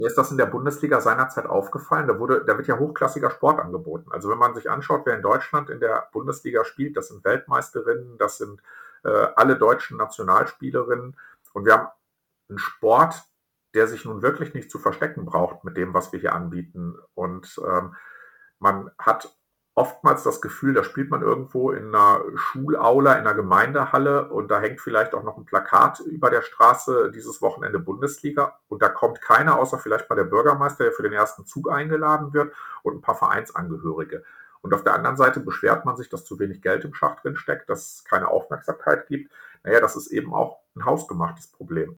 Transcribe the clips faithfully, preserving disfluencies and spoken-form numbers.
Mir ist das in der Bundesliga seinerzeit aufgefallen, da wurde da wird ja hochklassiger Sport angeboten. Also, wenn man sich anschaut, wer in Deutschland in der Bundesliga spielt, das sind Weltmeisterinnen, das sind, äh, alle deutschen Nationalspielerinnen und wir haben 'n Sport, der sich nun wirklich nicht zu verstecken braucht mit dem, was wir hier anbieten. Und, ähm, man hat oftmals das Gefühl, da spielt man irgendwo in 'ner Schulaula, in 'ner Gemeindehalle und da hängt vielleicht auch noch 'n Plakat über der Straße: „Dieses Wochenende Bundesliga." Und da kommt keiner, außer vielleicht mal der Bürgermeister, der für den ersten Zug eingeladen wird und 'n paar Vereinsangehörige. Und auf der anderen Seite beschwert man sich, dass zu wenig Geld im Schach drinsteckt, dass es keine Aufmerksamkeit gibt. Na ja, das ist eben auch 'n hausgemachtes Problem.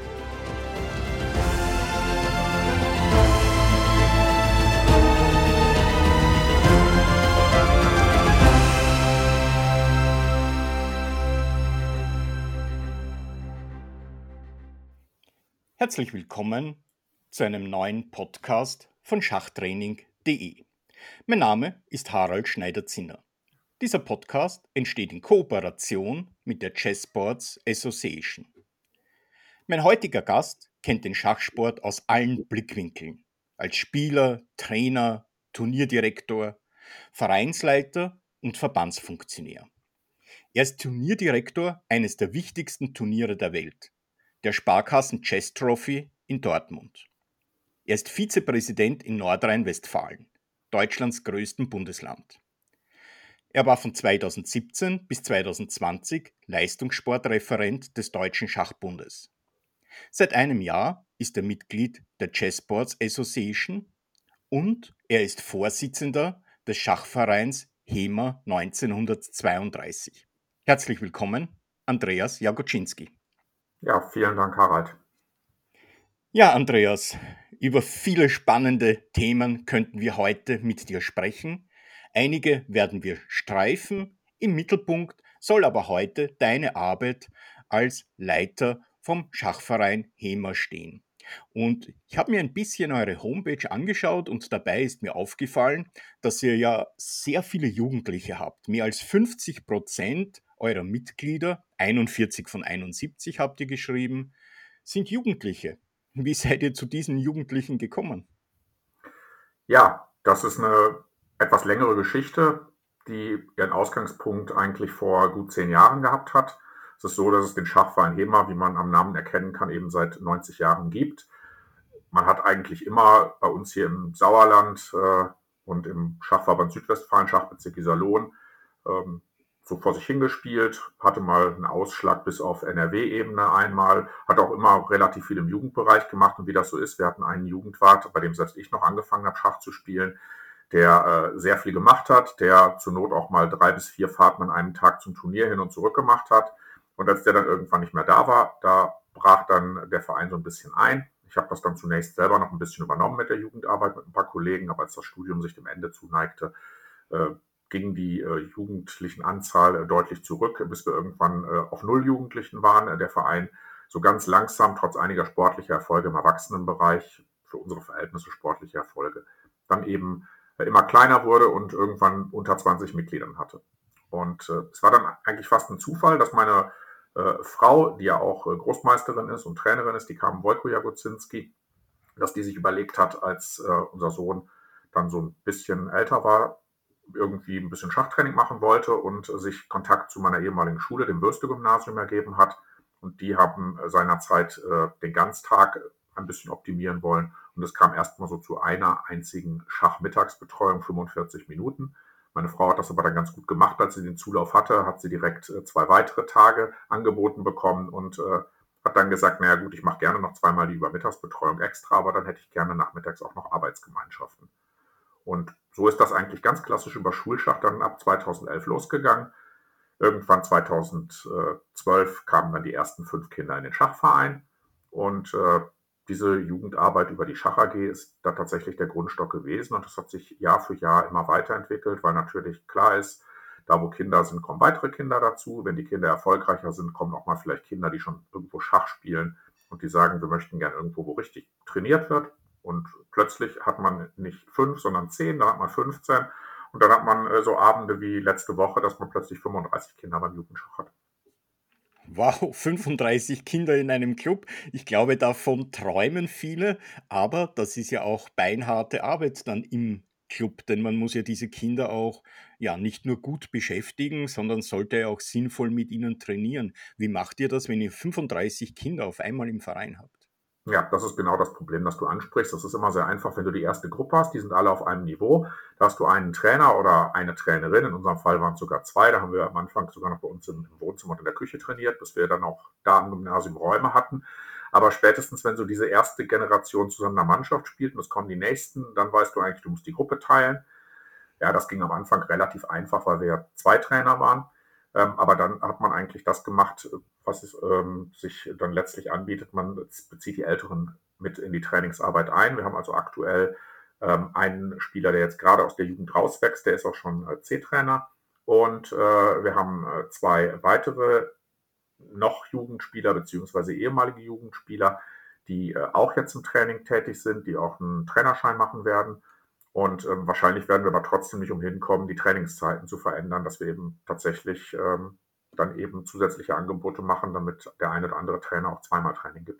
Herzlich willkommen zu einem neuen Podcast von schachtraining punkt de. Mein Name ist Harald Schneider-Zinner. Dieser Podcast entsteht in Kooperation mit der Chessboards Association. Mein heutiger Gast kennt den Schachsport aus allen Blickwinkeln. Als Spieler, Trainer, Turnierdirektor, Vereinsleiter und Verbandsfunktionär. Er ist Turnierdirektor eines der wichtigsten Turniere der Welt, der Sparkassen Chess Trophy in Dortmund. Er ist Vizepräsident in Nordrhein-Westfalen, Deutschlands größtem Bundesland. Er war von zweitausendsiebzehn bis zweitausendzwanzig Leistungssportreferent des Deutschen Schachbundes. Seit einem Jahr ist er Mitglied der Chessboards Association und er ist Vorsitzender des Schachvereins HEMA neunzehnhundertzweiunddreißig. Herzlich willkommen, Andreas Jagoczynski. Ja, vielen Dank, Harald. Ja, Andreas, über viele spannende Themen könnten wir heute mit dir sprechen. Einige werden wir streifen. Im Mittelpunkt soll aber heute deine Arbeit als Leiter vom Schachverein HEMA stehen. Und ich habe mir ein bisschen eure Homepage angeschaut und dabei ist mir aufgefallen, dass ihr ja sehr viele Jugendliche habt. Mehr als fünfzig Prozent eurer Mitglieder, einundvierzig von einundsiebzig habt ihr geschrieben, sind Jugendliche. Wie seid ihr zu diesen Jugendlichen gekommen? Ja, das ist eine etwas längere Geschichte, die ihren Ausgangspunkt eigentlich vor gut zehn Jahren gehabt hat. Es ist so, dass es den Schachverein HEMA, wie man am Namen erkennen kann, eben seit neunzig Jahren gibt. Man hat eigentlich immer bei uns hier im Sauerland äh, und im Schachverband Südwestfalen, Schachbezirk Iserlohn, ähm, so vor sich hingespielt, hatte mal einen Ausschlag bis auf N R W-Ebene einmal, hat auch immer relativ viel im Jugendbereich gemacht und wie das so ist, wir hatten einen Jugendwart, bei dem selbst ich noch angefangen habe, Schach zu spielen, der äh, sehr viel gemacht hat, der zur Not auch mal drei bis vier Fahrten an einem Tag zum Turnier hin und zurück gemacht hat. Und als der dann irgendwann nicht mehr da war, da brach dann der Verein so ein bisschen ein. Ich habe das dann zunächst selber noch ein bisschen übernommen mit der Jugendarbeit mit ein paar Kollegen, aber als das Studium sich dem Ende zuneigte, äh, ging die äh, jugendlichen Anzahl äh, deutlich zurück, bis wir irgendwann äh, auf null Jugendlichen waren. Äh, der Verein so ganz langsam, trotz einiger sportlicher Erfolge im Erwachsenenbereich, für unsere Verhältnisse sportliche Erfolge, dann eben äh, immer kleiner wurde und irgendwann unter zwanzig Mitgliedern hatte. Und äh, es war dann eigentlich fast ein Zufall, dass meine äh, Frau, die ja auch äh, Großmeisterin ist und Trainerin ist, die Carmen Wojko Jagoczynski, dass die sich überlegt hat, als äh, unser Sohn dann so ein bisschen älter war, irgendwie ein bisschen Schachtraining machen wollte und sich Kontakt zu meiner ehemaligen Schule, dem Würste-Gymnasium, ergeben hat. Und die haben seinerzeit äh, den Ganztag ein bisschen optimieren wollen. Und es kam erstmal so zu einer einzigen Schachmittagsbetreuung, fünfundvierzig Minuten. Meine Frau hat das aber dann ganz gut gemacht. Als sie den Zulauf hatte, hat sie direkt äh, zwei weitere Tage angeboten bekommen und äh, hat dann gesagt, naja gut, ich mache gerne noch zweimal die Übermittagsbetreuung extra, aber dann hätte ich gerne nachmittags auch noch Arbeitsgemeinschaften. Und so ist das eigentlich ganz klassisch über Schulschach dann ab zweitausendelf losgegangen. Irgendwann zweitausendzwölf kamen dann die ersten fünf Kinder in den Schachverein. Und äh, diese Jugendarbeit über die Schach A G ist da tatsächlich der Grundstock gewesen. Und das hat sich Jahr für Jahr immer weiterentwickelt, weil natürlich klar ist, da wo Kinder sind, kommen weitere Kinder dazu. Wenn die Kinder erfolgreicher sind, kommen auch mal vielleicht Kinder, die schon irgendwo Schach spielen und die sagen, wir möchten gerne irgendwo, wo richtig trainiert wird. Und plötzlich hat man nicht fünf, sondern zehn, dann hat man fünfzehn. Und dann hat man äh, so Abende wie letzte Woche, dass man plötzlich fünfunddreißig Kinder beim Jugendschach hat. Wow, fünfunddreißig Kinder in einem Club. Ich glaube, davon träumen viele, aber das ist ja auch beinharte Arbeit dann im Club, denn man muss ja diese Kinder auch ja nicht nur gut beschäftigen, sondern sollte ja auch sinnvoll mit ihnen trainieren. Wie macht ihr das, wenn ihr fünfunddreißig Kinder auf einmal im Verein habt? Ja, das ist genau das Problem, das du ansprichst. Das ist immer sehr einfach, wenn du die erste Gruppe hast, die sind alle auf einem Niveau. Da hast du einen Trainer oder eine Trainerin. In unserem Fall waren es sogar zwei. Da haben wir am Anfang sogar noch bei uns im Wohnzimmer und in der Küche trainiert, bis wir dann auch da am Gymnasium Räume hatten. Aber spätestens, wenn so diese erste Generation zusammen in einer Mannschaft spielt und es kommen die nächsten, dann weißt du eigentlich, du musst die Gruppe teilen. Ja, das ging am Anfang relativ einfach, weil wir ja zwei Trainer waren. Ähm, aber dann hat man eigentlich das gemacht, was es ähm, sich dann letztlich anbietet. Man bezieht die Älteren mit in die Trainingsarbeit ein. Wir haben also aktuell ähm, einen Spieler, der jetzt gerade aus der Jugend rauswächst, der ist auch schon äh, C-Trainer. Und äh, wir haben äh, zwei weitere noch Jugendspieler beziehungsweise ehemalige Jugendspieler, die äh, auch jetzt im Training tätig sind, die auch einen Trainerschein machen werden. Und ähm, wahrscheinlich werden wir aber trotzdem nicht umhin kommen, die Trainingszeiten zu verändern, dass wir eben tatsächlich ähm, dann eben zusätzliche Angebote machen, damit der eine oder andere Trainer auch zweimal Training gibt.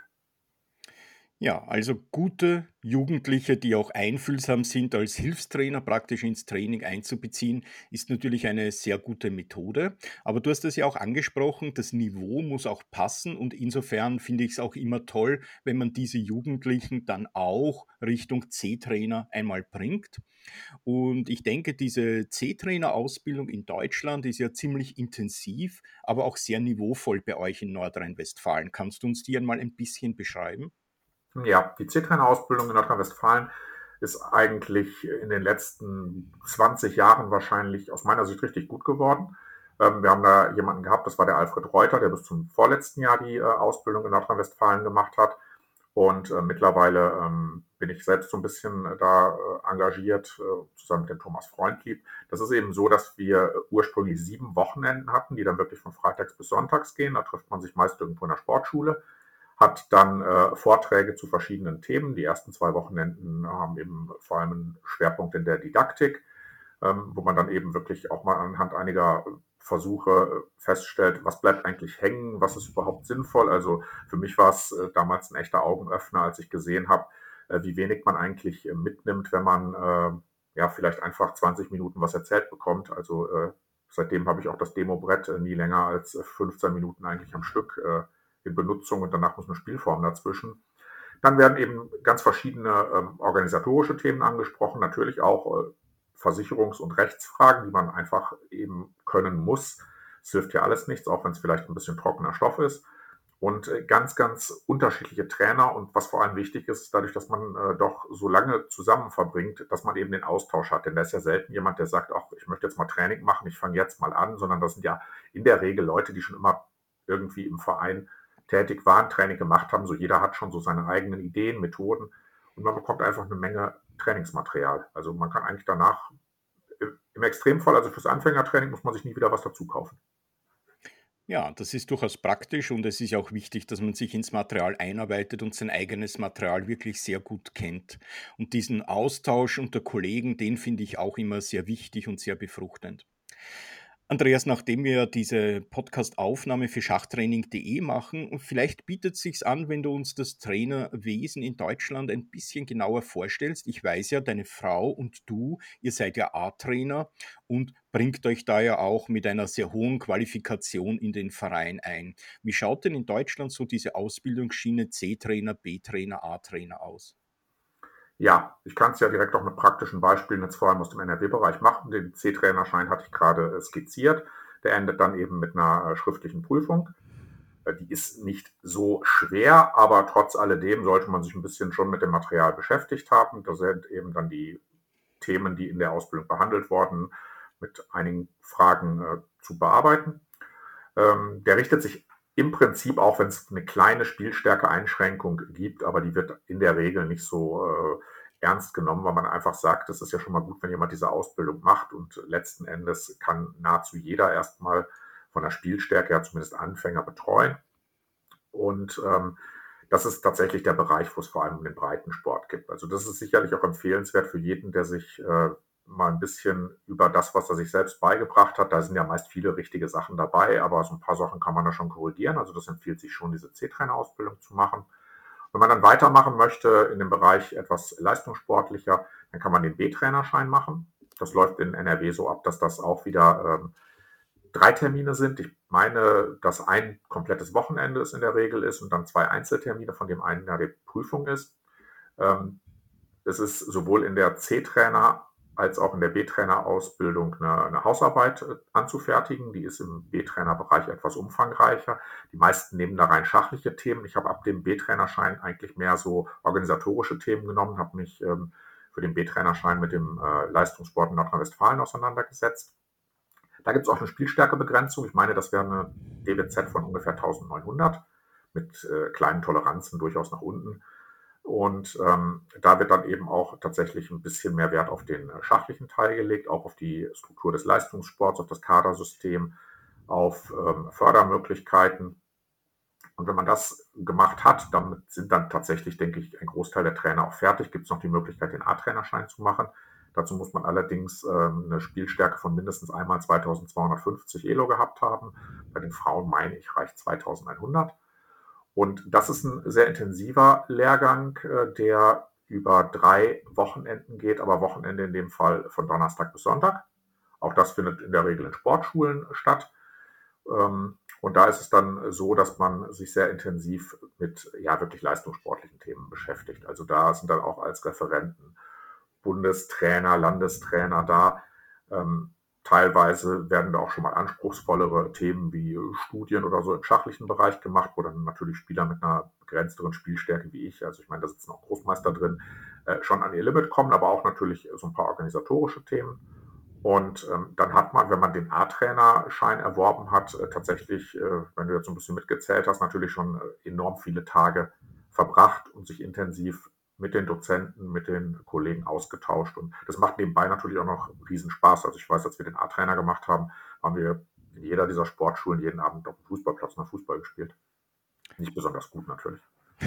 Ja, also gute Jugendliche, die auch einfühlsam sind, als Hilfstrainer praktisch ins Training einzubeziehen, ist natürlich eine sehr gute Methode. Aber du hast es ja auch angesprochen, das Niveau muss auch passen und insofern finde ich es auch immer toll, wenn man diese Jugendlichen dann auch Richtung C-Trainer einmal bringt. Und ich denke, diese C-Trainer-Ausbildung in Deutschland ist ja ziemlich intensiv, aber auch sehr niveauvoll bei euch in Nordrhein-Westfalen. Kannst du uns die einmal ein bisschen beschreiben? Ja, die C-Trainer-Ausbildung in Nordrhein-Westfalen ist eigentlich in den letzten zwanzig Jahren wahrscheinlich aus meiner Sicht richtig gut geworden. Ähm, wir haben da jemanden gehabt, das war der Alfred Reuter, der bis zum vorletzten Jahr die äh, Ausbildung in Nordrhein-Westfalen gemacht hat. Und äh, mittlerweile ähm, bin ich selbst so ein bisschen äh, da äh, engagiert, äh, zusammen mit dem Thomas Freundlieb. Das ist eben so, dass wir äh, ursprünglich sieben Wochenenden hatten, die dann wirklich von freitags bis sonntags gehen. Da trifft man sich meist irgendwo in der Sportschule, hat dann äh, Vorträge zu verschiedenen Themen. Die ersten zwei Wochenenden haben eben vor allem einen Schwerpunkt in der Didaktik, ähm, wo man dann eben wirklich auch mal anhand einiger Versuche äh, feststellt, was bleibt eigentlich hängen, was ist überhaupt sinnvoll. Also für mich war es äh, damals ein echter Augenöffner, als ich gesehen habe, äh, wie wenig man eigentlich äh, mitnimmt, wenn man äh, ja vielleicht einfach zwanzig Minuten was erzählt bekommt. Also äh, seitdem habe ich auch das Demobrett äh, nie länger als äh, fünfzehn Minuten eigentlich am Stück äh, in Benutzung und danach muss eine Spielform dazwischen. Dann werden eben ganz verschiedene ähm, organisatorische Themen angesprochen, natürlich auch äh, Versicherungs- und Rechtsfragen, die man einfach eben können muss. Es hilft ja alles nichts, auch wenn es vielleicht ein bisschen trockener Stoff ist. Und äh, ganz, ganz unterschiedliche Trainer. Und was vor allem wichtig ist, dadurch, dass man äh, doch so lange zusammen verbringt, dass man eben den Austausch hat. Denn da ist ja selten jemand, der sagt, ach, ich möchte jetzt mal Training machen, ich fange jetzt mal an, sondern das sind ja in der Regel Leute, die schon immer irgendwie im Verein tätig waren, Training gemacht haben. So jeder hat schon so seine eigenen Ideen, Methoden und man bekommt einfach eine Menge Trainingsmaterial. Also man kann eigentlich danach, im Extremfall, also fürs Anfängertraining, muss man sich nie wieder was dazu kaufen. Ja, das ist durchaus praktisch und es ist ja auch wichtig, dass man sich ins Material einarbeitet und sein eigenes Material wirklich sehr gut kennt. Und diesen Austausch unter Kollegen, den finde ich auch immer sehr wichtig und sehr befruchtend. Andreas, nachdem wir diese Podcast-Aufnahme für schachtraining punkt de machen, und vielleicht bietet es sich an, wenn du uns das Trainerwesen in Deutschland ein bisschen genauer vorstellst. Ich weiß ja, deine Frau und du, ihr seid ja A-Trainer und bringt euch da ja auch mit einer sehr hohen Qualifikation in den Verein ein. Wie schaut denn in Deutschland so diese Ausbildungsschiene C-Trainer, B-Trainer, A-Trainer aus? Ja, ich kann es ja direkt auch mit praktischen Beispielen jetzt vor allem aus dem N R W-Bereich machen. Den C-Trainerschein hatte ich gerade äh, skizziert. Der endet dann eben mit einer äh, schriftlichen Prüfung. Äh, Die ist nicht so schwer, aber trotz alledem sollte man sich ein bisschen schon mit dem Material beschäftigt haben. Da sind eben dann die Themen, die in der Ausbildung behandelt wurden, mit einigen Fragen äh, zu bearbeiten. Ähm, der richtet sich im Prinzip auch, wenn es eine kleine Spielstärke-Einschränkung gibt, aber die wird in der Regel nicht so äh, ernst genommen, weil man einfach sagt, das ist ja schon mal gut, wenn jemand diese Ausbildung macht und letzten Endes kann nahezu jeder erstmal von der Spielstärke her zumindest Anfänger betreuen. Und ähm, das ist tatsächlich der Bereich, wo es vor allem um den Breitensport geht. Also das ist sicherlich auch empfehlenswert für jeden, der sich äh, mal ein bisschen über das, was er sich selbst beigebracht hat. Da sind ja meist viele richtige Sachen dabei, aber so ein paar Sachen kann man da schon korrigieren. Also das empfiehlt sich schon, diese C-Trainer-Ausbildung zu machen. Wenn man dann weitermachen möchte in dem Bereich etwas leistungssportlicher, dann kann man den B-Trainerschein machen. Das läuft in N R W so ab, dass das auch wieder ähm, drei Termine sind. Ich meine, dass ein komplettes Wochenende es in der Regel ist und dann zwei Einzeltermine, von dem einen ja die Prüfung ist. Ähm, es ist sowohl in der C-Trainer als auch in der B-Trainer-Ausbildung eine, eine Hausarbeit äh, anzufertigen. Die ist im B-Trainer-Bereich etwas umfangreicher. Die meisten nehmen da rein schachliche Themen. Ich habe ab dem B-Trainerschein eigentlich mehr so organisatorische Themen genommen, habe mich ähm, für den B-Trainerschein mit dem äh, Leistungssport in Nordrhein-Westfalen auseinandergesetzt. Da gibt es auch eine Spielstärkebegrenzung. Ich meine, das wäre eine D W Z von ungefähr eintausendneunhundert mit äh, kleinen Toleranzen durchaus nach unten. Und ähm, da wird dann eben auch tatsächlich ein bisschen mehr Wert auf den äh, schachlichen Teil gelegt, auch auf die Struktur des Leistungssports, auf das Kadersystem, auf ähm, Fördermöglichkeiten. Und wenn man das gemacht hat, damit sind dann tatsächlich, denke ich, ein Großteil der Trainer auch fertig. Gibt es noch die Möglichkeit, den A-Trainerschein zu machen. Dazu muss man allerdings ähm, eine Spielstärke von mindestens einmal zweitausendzweihundertfünfzig Elo gehabt haben. Bei den Frauen, meine ich, reicht zweitausendeinhundert. Und das ist ein sehr intensiver Lehrgang, äh, der über drei Wochenenden geht, aber Wochenende in dem Fall von Donnerstag bis Sonntag. Auch das findet in der Regel in Sportschulen statt. Ähm, und da ist es dann so, dass man sich sehr intensiv mit ja wirklich leistungssportlichen Themen beschäftigt. Also da sind dann auch als Referenten Bundestrainer, Landestrainer da. Ähm, teilweise werden da auch schon mal anspruchsvollere Themen wie Studien oder so im schachlichen Bereich gemacht, wo dann natürlich Spieler mit einer begrenzteren Spielstärke wie ich, also ich meine, da sitzen auch Großmeister drin, äh, schon an ihr Limit kommen, aber auch natürlich so ein paar organisatorische Themen. Und ähm, dann hat man, wenn man den A-Trainerschein erworben hat, äh, tatsächlich, äh, wenn du jetzt so ein bisschen mitgezählt hast, natürlich schon äh, enorm viele Tage verbracht und sich intensiv mit den Dozenten, mit den Kollegen ausgetauscht. Und das macht nebenbei natürlich auch noch riesen Spaß. Also ich weiß, als wir den A-Trainer gemacht haben, haben wir in jeder dieser Sportschulen jeden Abend auf dem Fußballplatz nach Fußball gespielt. Nicht besonders gut natürlich.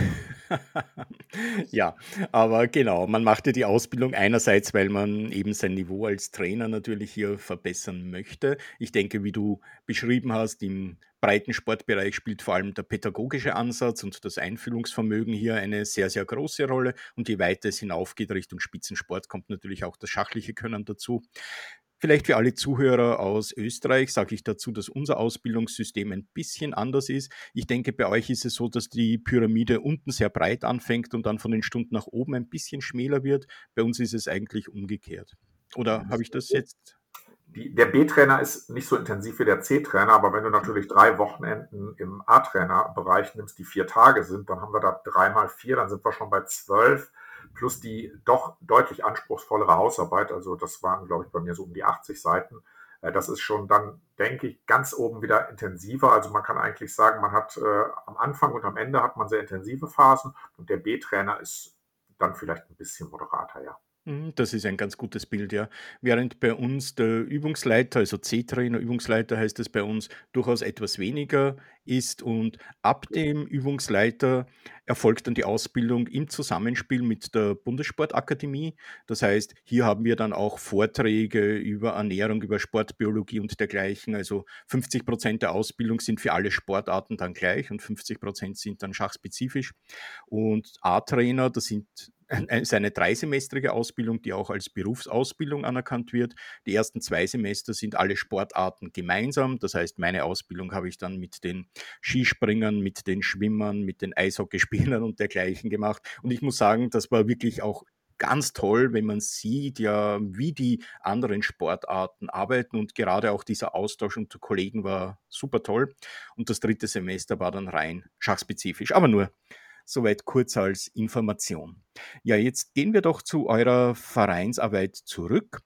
Ja, aber genau, man macht ja die Ausbildung einerseits, weil man eben sein Niveau als Trainer natürlich hier verbessern möchte. Ich denke, wie du beschrieben hast, im breiten Sportbereich spielt vor allem der pädagogische Ansatz und das Einfühlungsvermögen hier eine sehr, sehr große Rolle. Und je weiter es hinaufgeht Richtung Spitzensport, kommt natürlich auch das schachliche Können dazu. Vielleicht für alle Zuhörer aus Österreich sage ich dazu, dass unser Ausbildungssystem ein bisschen anders ist. Ich denke, bei euch ist es so, dass die Pyramide unten sehr breit anfängt und dann von den Stunden nach oben ein bisschen schmäler wird. Bei uns ist es eigentlich umgekehrt. Oder habe ich das jetzt? Die, der B-Trainer ist nicht so intensiv wie der C-Trainer, aber wenn du natürlich drei Wochenenden im A-Trainer-Bereich nimmst, die vier Tage sind, dann haben wir da drei mal vier, dann sind wir schon bei zwölf, plus die doch deutlich anspruchsvollere Hausarbeit. Also das waren, glaube ich, bei mir so um die achtzig Seiten. Äh, Das ist schon dann, denke ich, ganz oben wieder intensiver. Also man kann eigentlich sagen, man hat äh, am Anfang und am Ende hat man sehr intensive Phasen und der B-Trainer ist dann vielleicht ein bisschen moderater, ja. Mhm, das ist ein ganz gutes Bild, ja. Während bei uns der Übungsleiter, also C-Trainer, Übungsleiter heißt es bei uns, durchaus etwas weniger ist und ab dem Übungsleiter erfolgt dann die Ausbildung im Zusammenspiel mit der Bundessportakademie. Das heißt, hier haben wir dann auch Vorträge über Ernährung, über Sportbiologie und dergleichen. Also fünfzig Prozent der Ausbildung sind für alle Sportarten dann gleich und fünfzig Prozent sind dann schachspezifisch. Und A-Trainer, das sind ist eine dreisemestrige Ausbildung, die auch als Berufsausbildung anerkannt wird. Die ersten zwei Semester sind alle Sportarten gemeinsam. Das heißt, meine Ausbildung habe ich dann mit den Skispringern, mit den Schwimmern, mit den Eishockeyspielern und dergleichen gemacht. Und ich muss sagen, das war wirklich auch ganz toll, wenn man sieht, ja, wie die anderen Sportarten arbeiten und gerade auch dieser Austausch unter Kollegen war super toll. Und das dritte Semester war dann rein schachspezifisch, aber nur soweit kurz als Information. Ja, jetzt gehen wir doch zu eurer Vereinsarbeit zurück.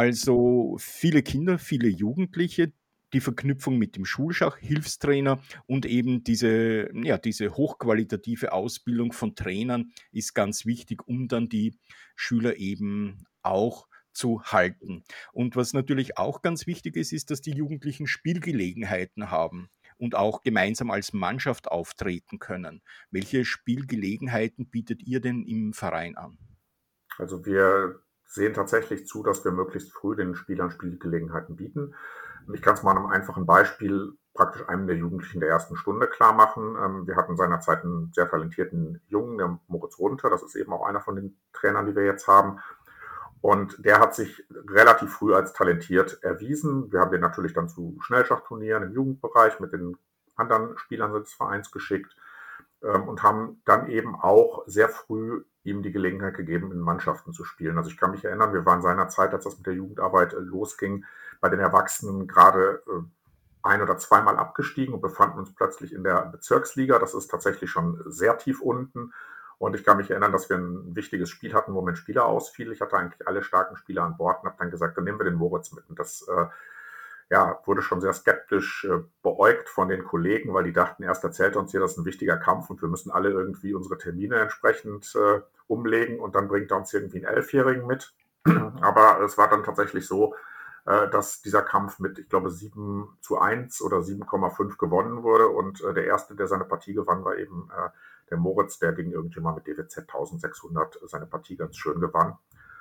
Also viele Kinder, viele Jugendliche, die Verknüpfung mit dem Schulschach, Hilfstrainer und eben diese, ja, diese hochqualitative Ausbildung von Trainern ist ganz wichtig, um dann die Schüler eben auch zu halten. Und was natürlich auch ganz wichtig ist, ist, dass die Jugendlichen Spielgelegenheiten haben und auch gemeinsam als Mannschaft auftreten können. Welche Spielgelegenheiten bietet ihr denn im Verein an? Also wir sehen tatsächlich zu, dass wir möglichst früh den Spielern Spielgelegenheiten bieten. Ich kann es mal an einem einfachen Beispiel praktisch einem der Jugendlichen der ersten Stunde klar machen. Ähm, wir hatten seinerzeit einen sehr talentierten Jungen, der Moritz Runter, das ist eben auch einer von den Trainern, die wir jetzt haben. Und der hat sich relativ früh als talentiert erwiesen. Wir haben den natürlich dann zu Schnellschachturnieren im Jugendbereich mit den anderen Spielern des Vereins geschickt ähm, und haben dann eben auch sehr früh ihm die Gelegenheit gegeben, in Mannschaften zu spielen. Also ich kann mich erinnern, wir waren seinerzeit, als das mit der Jugendarbeit äh, losging, bei den Erwachsenen gerade äh, ein- oder zweimal abgestiegen und befanden uns plötzlich in der Bezirksliga. Das ist tatsächlich schon sehr tief unten. Und ich kann mich erinnern, dass wir ein wichtiges Spiel hatten, wo mir ein Spieler ausfiel. Ich hatte eigentlich alle starken Spieler an Bord und habe dann gesagt, dann nehmen wir den Moritz mit. Und das äh, ja, wurde schon sehr skeptisch äh, beäugt von den Kollegen, weil die dachten, erst erzählt uns hier, das ist ein wichtiger Kampf und wir müssen alle irgendwie unsere Termine entsprechend äh, umlegen und dann bringt er uns irgendwie einen Elfjährigen mit. Aber es war dann tatsächlich so, äh, dass dieser Kampf mit, ich glaube, sieben zu eins oder sieben Komma fünf gewonnen wurde und äh, der Erste, der seine Partie gewann, war eben äh, der Moritz, der gegen irgendjemand mit D W Z eintausendsechshundert seine Partie ganz schön gewann.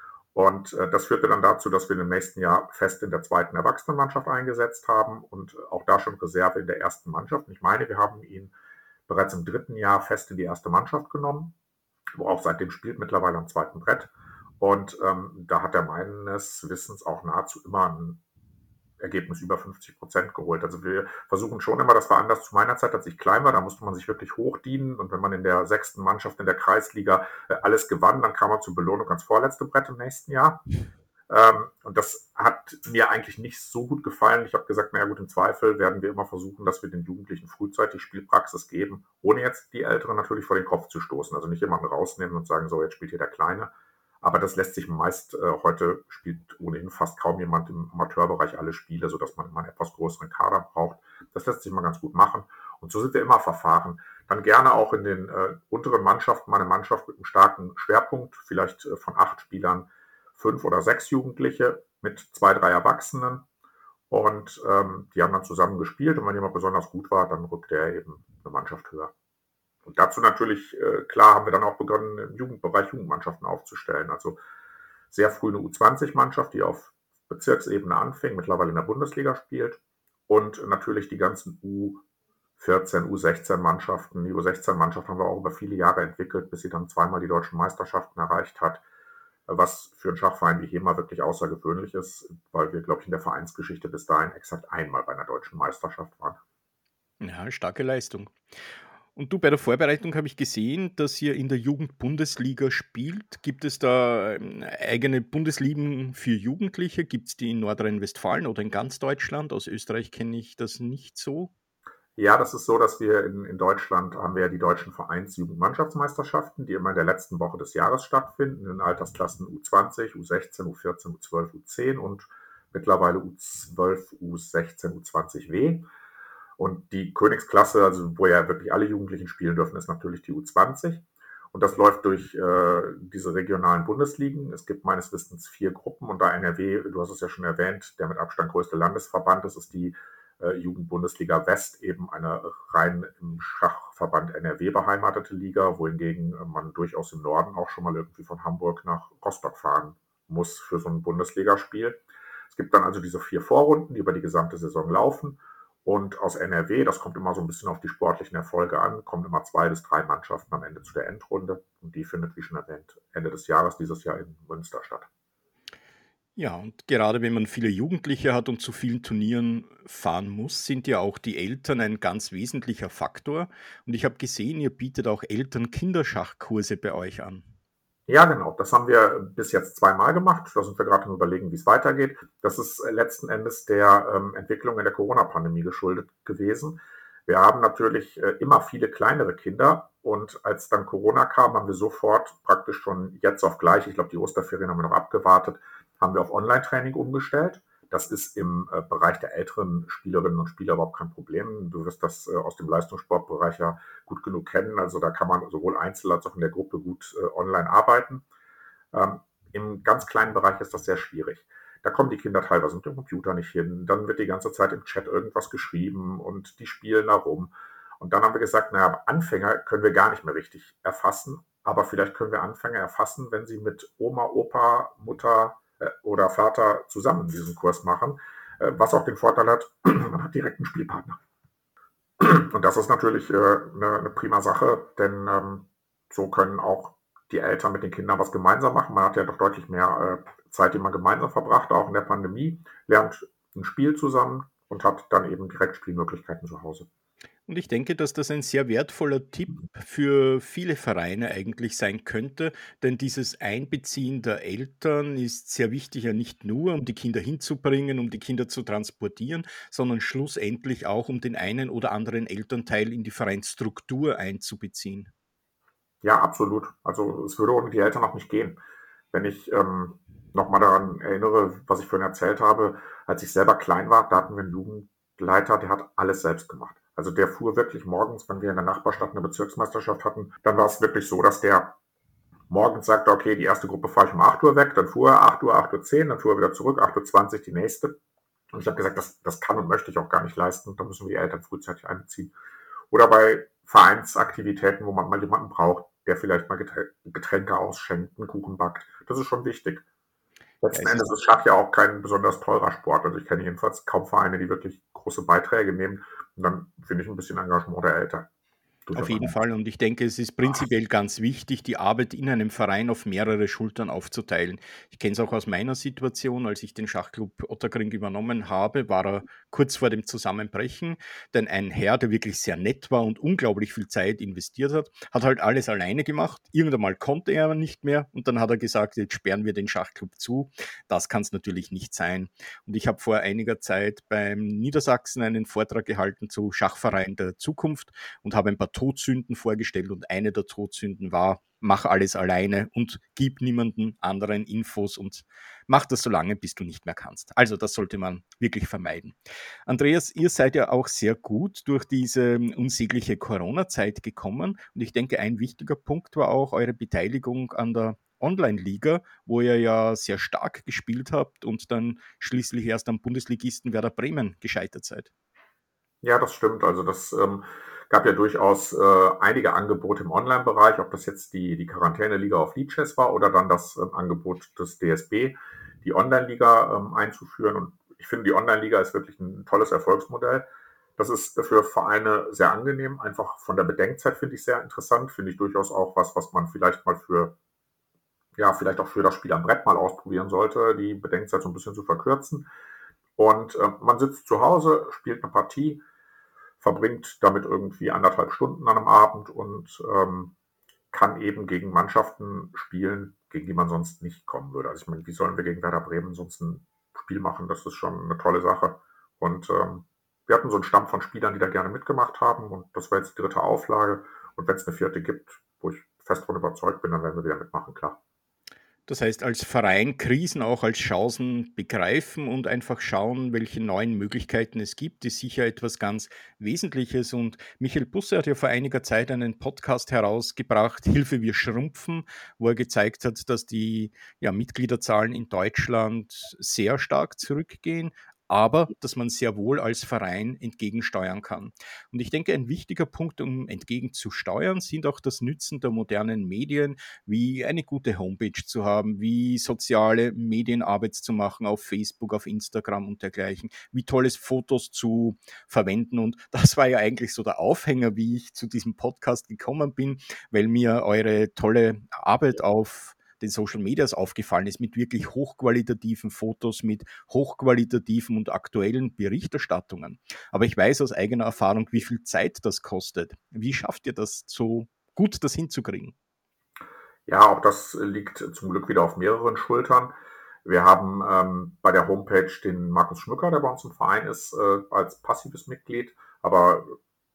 Und äh, das führte dann dazu, dass wir im nächsten Jahr fest in der zweiten Erwachsenenmannschaft eingesetzt haben und auch da schon Reserve in der ersten Mannschaft. Und ich meine, wir haben ihn bereits im dritten Jahr fest in die erste Mannschaft genommen, wo auch seitdem spielt, mittlerweile am zweiten Brett. Und ähm, da hat er meines Wissens auch nahezu immer ein Ergebnis über fünfzig Prozent geholt. Also wir versuchen schon immer, das war anders zu meiner Zeit, als ich klein war, da musste man sich wirklich hochdienen und wenn man in der sechsten Mannschaft in der Kreisliga äh, alles gewann, dann kam man zur Belohnung ans vorletzte Brett im nächsten Jahr. Ähm, und das hat mir eigentlich nicht so gut gefallen. Ich habe gesagt, naja gut, im Zweifel werden wir immer versuchen, dass wir den Jugendlichen frühzeitig Spielpraxis geben, ohne jetzt die Älteren natürlich vor den Kopf zu stoßen. Also nicht jemanden rausnehmen und sagen, so, jetzt spielt hier der Kleine. Aber das lässt sich meist, äh, heute spielt ohnehin fast kaum jemand im Amateurbereich alle Spiele, sodass man immer einen etwas größeren Kader braucht. Das lässt sich mal ganz gut machen. Und so sind wir immer verfahren. Dann gerne auch in den äh, unteren Mannschaften mal eine Mannschaft mit einem starken Schwerpunkt, vielleicht äh, von acht Spielern fünf oder sechs Jugendliche mit zwei, drei Erwachsenen. Und ähm, die haben dann zusammen gespielt. Und wenn jemand besonders gut war, dann rückte er eben eine Mannschaft höher. Und dazu natürlich, äh, klar, haben wir dann auch begonnen, im Jugendbereich Jugendmannschaften aufzustellen. Also sehr früh eine U zwanzig Mannschaft, die auf Bezirksebene anfing, mittlerweile in der Bundesliga spielt. Und natürlich die ganzen U vierzehn, U sechzehn Mannschaften. Die U sechzehn Mannschaft haben wir auch über viele Jahre entwickelt, bis sie dann zweimal die deutschen Meisterschaften erreicht hat. Was für einen Schachverein wie HEMA wirklich außergewöhnlich ist, weil wir, glaube ich, in der Vereinsgeschichte bis dahin exakt einmal bei einer deutschen Meisterschaft waren. Ja, starke Leistung. Und du, bei der Vorbereitung habe ich gesehen, dass ihr in der Jugendbundesliga spielt. Gibt es da ähm, eigene Bundesligen für Jugendliche? Gibt es die in Nordrhein-Westfalen oder in ganz Deutschland? Aus Österreich kenne ich das nicht so. Ja, das ist so, dass wir in, in Deutschland haben wir ja die deutschen Vereinsjugendmannschaftsmeisterschaften, die immer in der letzten Woche des Jahres stattfinden, in Altersklassen U zwanzig, U sechzehn, U vierzehn, U zwölf, U zehn und mittlerweile U zwölf, U sechzehn, U zwanzig W. Und die Königsklasse, also wo ja wirklich alle Jugendlichen spielen dürfen, ist natürlich die U zwanzig. Und das läuft durch äh, diese regionalen Bundesligen. Es gibt meines Wissens vier Gruppen und da N R W, du hast es ja schon erwähnt, der mit Abstand größte Landesverband ist, ist die äh, Jugendbundesliga West eben eine rein im Schachverband N R W beheimatete Liga, wohingegen man durchaus im Norden auch schon mal irgendwie von Hamburg nach Rostock fahren muss für so ein Bundesligaspiel. Es gibt dann also diese vier Vorrunden, die über die gesamte Saison laufen. Und aus N R W, das kommt immer so ein bisschen auf die sportlichen Erfolge an, kommen immer zwei bis drei Mannschaften am Ende zu der Endrunde. Und die findet, wie schon erwähnt, Ende des Jahres, dieses Jahr in Münster statt. Ja, und gerade wenn man viele Jugendliche hat und zu vielen Turnieren fahren muss, sind ja auch die Eltern ein ganz wesentlicher Faktor. Und ich habe gesehen, ihr bietet auch Eltern-Kinderschachkurse bei euch an. Ja, genau. Das haben wir bis jetzt zweimal gemacht. Da sind wir gerade am Überlegen, wie es weitergeht. Das ist letzten Endes der ähm, Entwicklung in der Corona-Pandemie geschuldet gewesen. Wir haben natürlich äh, immer viele kleinere Kinder und als dann Corona kam, haben wir sofort praktisch schon jetzt auf gleich, ich glaube, die Osterferien haben wir noch abgewartet, haben wir auf Online-Training umgestellt. Das ist im äh, Bereich der älteren Spielerinnen und Spieler überhaupt kein Problem. Du wirst das äh, aus dem Leistungssportbereich ja gut genug kennen. Also da kann man sowohl einzeln als auch in der Gruppe gut äh, online arbeiten. Ähm, Im ganz kleinen Bereich ist das sehr schwierig. Da kommen die Kinder teilweise mit dem Computer nicht hin. Dann wird die ganze Zeit im Chat irgendwas geschrieben und die spielen da rum. Und dann haben wir gesagt, naja, Anfänger können wir gar nicht mehr richtig erfassen. aber vielleicht können wir Anfänger erfassen, wenn sie mit Oma, Opa, Mutter äh, oder Vater zusammen diesen Kurs machen, äh, was auch den Vorteil hat, man hat direkt einen Spielpartner. Und das ist natürlich äh, eine, eine prima Sache, denn ähm, so können auch die Eltern mit den Kindern was gemeinsam machen. Man hat ja doch deutlich mehr äh, Zeit, die man gemeinsam verbracht, auch in der Pandemie, lernt ein Spiel zusammen und hat dann eben direkt Spielmöglichkeiten zu Hause. Und ich denke, dass das ein sehr wertvoller Tipp für viele Vereine eigentlich sein könnte, denn dieses Einbeziehen der Eltern ist sehr wichtig, ja nicht nur, um die Kinder hinzubringen, um die Kinder zu transportieren, sondern schlussendlich auch, um den einen oder anderen Elternteil in die Vereinsstruktur einzubeziehen. Ja, absolut. Also es würde ohne die Eltern auch nicht gehen. Wenn ich ähm, nochmal daran erinnere, was ich vorhin erzählt habe, als ich selber klein war, da hatten wir einen Jugendleiter, der hat alles selbst gemacht. Also der fuhr wirklich morgens, wenn wir in der Nachbarstadt eine Bezirksmeisterschaft hatten, dann war es wirklich so, dass der morgens sagte, okay, die erste Gruppe fahre ich um acht Uhr weg, dann fuhr er acht Uhr, acht Uhr zehn, dann fuhr er wieder zurück, acht Uhr zwanzig die nächste. Und ich habe gesagt, das, das kann und möchte ich auch gar nicht leisten. Da müssen wir die Eltern frühzeitig einbeziehen. Oder bei Vereinsaktivitäten, wo man mal jemanden braucht, der vielleicht mal Getränke ausschenkt, einen Kuchen backt. Das ist schon wichtig. Ja, Letzten es Endes ist ist Schach ja auch kein besonders teurer Sport. Also ich kenne jedenfalls kaum Vereine, die wirklich große Beiträge nehmen. Und dann finde ich ein bisschen Engagement der Eltern auf durchaus jeden angebracht. Fall. Und ich denke, es ist prinzipiell ganz wichtig, die Arbeit in einem Verein auf mehrere Schultern aufzuteilen. Ich kenne es auch aus meiner Situation, als ich den Schachclub Otterkring übernommen habe, war er kurz vor dem Zusammenbrechen, denn ein Herr, der wirklich sehr nett war und unglaublich viel Zeit investiert hat, hat halt alles alleine gemacht. Irgendwann mal konnte er aber nicht mehr und dann hat er gesagt, jetzt sperren wir den Schachclub zu. Das kann es natürlich nicht sein. Und ich habe vor einiger Zeit beim Niedersachsen einen Vortrag gehalten zu Schachverein der Zukunft und habe ein paar Todsünden vorgestellt und eine der Todsünden war, mach alles alleine und gib niemanden anderen Infos und mach das so lange, bis du nicht mehr kannst. Also das sollte man wirklich vermeiden. Andreas, ihr seid ja auch sehr gut durch diese unsägliche Corona-Zeit gekommen und ich denke, ein wichtiger Punkt war auch eure Beteiligung an der Online-Liga, wo ihr ja sehr stark gespielt habt und dann schließlich erst am Bundesligisten Werder Bremen gescheitert seid. Ja, das stimmt. Also das ähm, gab ja durchaus äh, einige Angebote im Online-Bereich, ob das jetzt die, die Quarantäneliga auf Lichess war oder dann das ähm, Angebot des D S B, die Online-Liga ähm, einzuführen. Und ich finde, die Online-Liga ist wirklich ein tolles Erfolgsmodell. Das ist für Vereine sehr angenehm. Einfach von der Bedenkzeit finde ich sehr interessant. Finde ich durchaus auch was, was man vielleicht mal für, ja, vielleicht auch für das Spiel am Brett mal ausprobieren sollte, die Bedenkzeit so ein bisschen zu verkürzen. Und äh, man sitzt zu Hause, spielt eine Partie, verbringt damit irgendwie anderthalb Stunden an einem Abend und ähm, kann eben gegen Mannschaften spielen, gegen die man sonst nicht kommen würde. Also ich meine, wie sollen wir gegen Werder Bremen sonst ein Spiel machen? Das ist schon eine tolle Sache. Und ähm, wir hatten so einen Stamm von Spielern, die da gerne mitgemacht haben. Und das war jetzt die dritte Auflage. Und wenn es eine vierte gibt, wo ich fest davon überzeugt bin, dann werden wir wieder mitmachen, klar. Das heißt, als Verein Krisen auch als Chancen begreifen und einfach schauen, welche neuen Möglichkeiten es gibt, ist sicher etwas ganz Wesentliches. Und Michael Busse hat ja vor einiger Zeit einen Podcast herausgebracht, Hilfe, wir schrumpfen, wo er gezeigt hat, dass die ja, Mitgliederzahlen in Deutschland sehr stark zurückgehen, aber dass man sehr wohl als Verein entgegensteuern kann. Und ich denke, ein wichtiger Punkt, um entgegenzusteuern, sind auch das Nützen der modernen Medien, wie eine gute Homepage zu haben, wie soziale Medienarbeit zu machen auf Facebook, auf Instagram und dergleichen, wie tolles Fotos zu verwenden. Und das war ja eigentlich so der Aufhänger, wie ich zu diesem Podcast gekommen bin, weil mir eure tolle Arbeit auf den Social Medias aufgefallen ist, mit wirklich hochqualitativen Fotos, mit hochqualitativen und aktuellen Berichterstattungen. Aber ich weiß aus eigener Erfahrung, wie viel Zeit das kostet. Wie schafft ihr das so gut, das hinzukriegen? Ja, auch das liegt zum Glück wieder auf mehreren Schultern. Wir haben ähm, bei der Homepage den Markus Schmücker, der bei uns im Verein ist, äh, als passives Mitglied, aber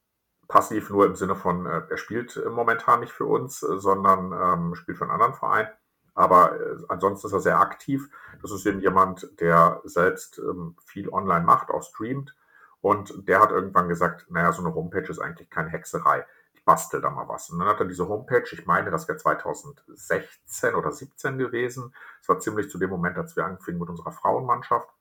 passiv nur im Sinne von, äh, er spielt äh, momentan nicht für uns, äh, sondern ähm, spielt für einen anderen Verein. Aber äh, ansonsten ist er sehr aktiv. Das ist eben jemand, der selbst ähm, viel online macht, auch streamt. Und der hat irgendwann gesagt, naja, so eine Homepage ist eigentlich keine Hexerei. Ich bastel da mal was. Und dann hat er diese Homepage, ich meine, das wäre zweitausendsechzehn oder siebzehn gewesen. Das war ziemlich zu dem Moment, als wir anfingen mit unserer Frauenmannschaft.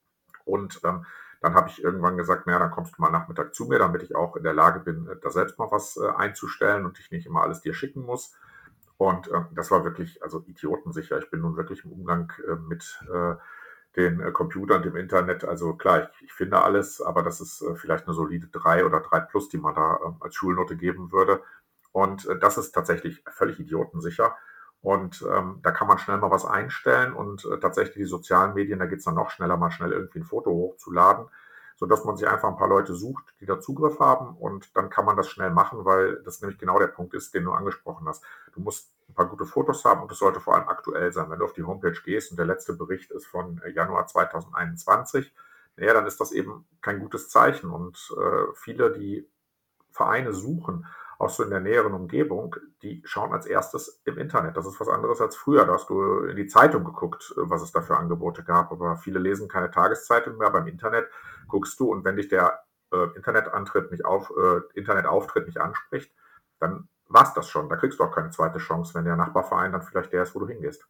Und ähm, dann habe ich irgendwann gesagt, naja, dann kommst du mal Nachmittag zu mir, damit ich auch in der Lage bin, da selbst mal was äh, einzustellen und ich nicht immer alles dir schicken muss. Und äh, das war wirklich also idiotensicher. Ich bin nun wirklich im Umgang äh, mit äh, den äh, Computern, dem Internet. Also klar, ich, ich finde alles, aber das ist äh, vielleicht eine solide drei oder drei plus, die man da äh, als Schulnote geben würde. Und äh, das ist tatsächlich völlig idiotensicher. Und ähm, da kann man schnell mal was einstellen und äh, tatsächlich die sozialen Medien, da geht es dann noch schneller, mal schnell irgendwie ein Foto hochzuladen, sodass man sich einfach ein paar Leute sucht, die da Zugriff haben und dann kann man das schnell machen, weil das nämlich genau der Punkt ist, den du angesprochen hast. Du musst ein paar gute Fotos haben und es sollte vor allem aktuell sein. Wenn du auf die Homepage gehst und der letzte Bericht ist von äh, Januar zweitausendeinundzwanzig, naja, dann ist das eben kein gutes Zeichen und äh, viele, die Vereine suchen, auch so in der näheren Umgebung, die schauen als erstes im Internet. Das ist was anderes als früher. Da hast du in die Zeitung geguckt, was es da für Angebote gab. Aber viele lesen keine Tageszeitung mehr. Beim Internet guckst du und wenn dich der äh, Internetantritt nicht auf, äh, Internetauftritt nicht anspricht, dann war's das schon. Da kriegst du auch keine zweite Chance, wenn der Nachbarverein dann vielleicht der ist, wo du hingehst.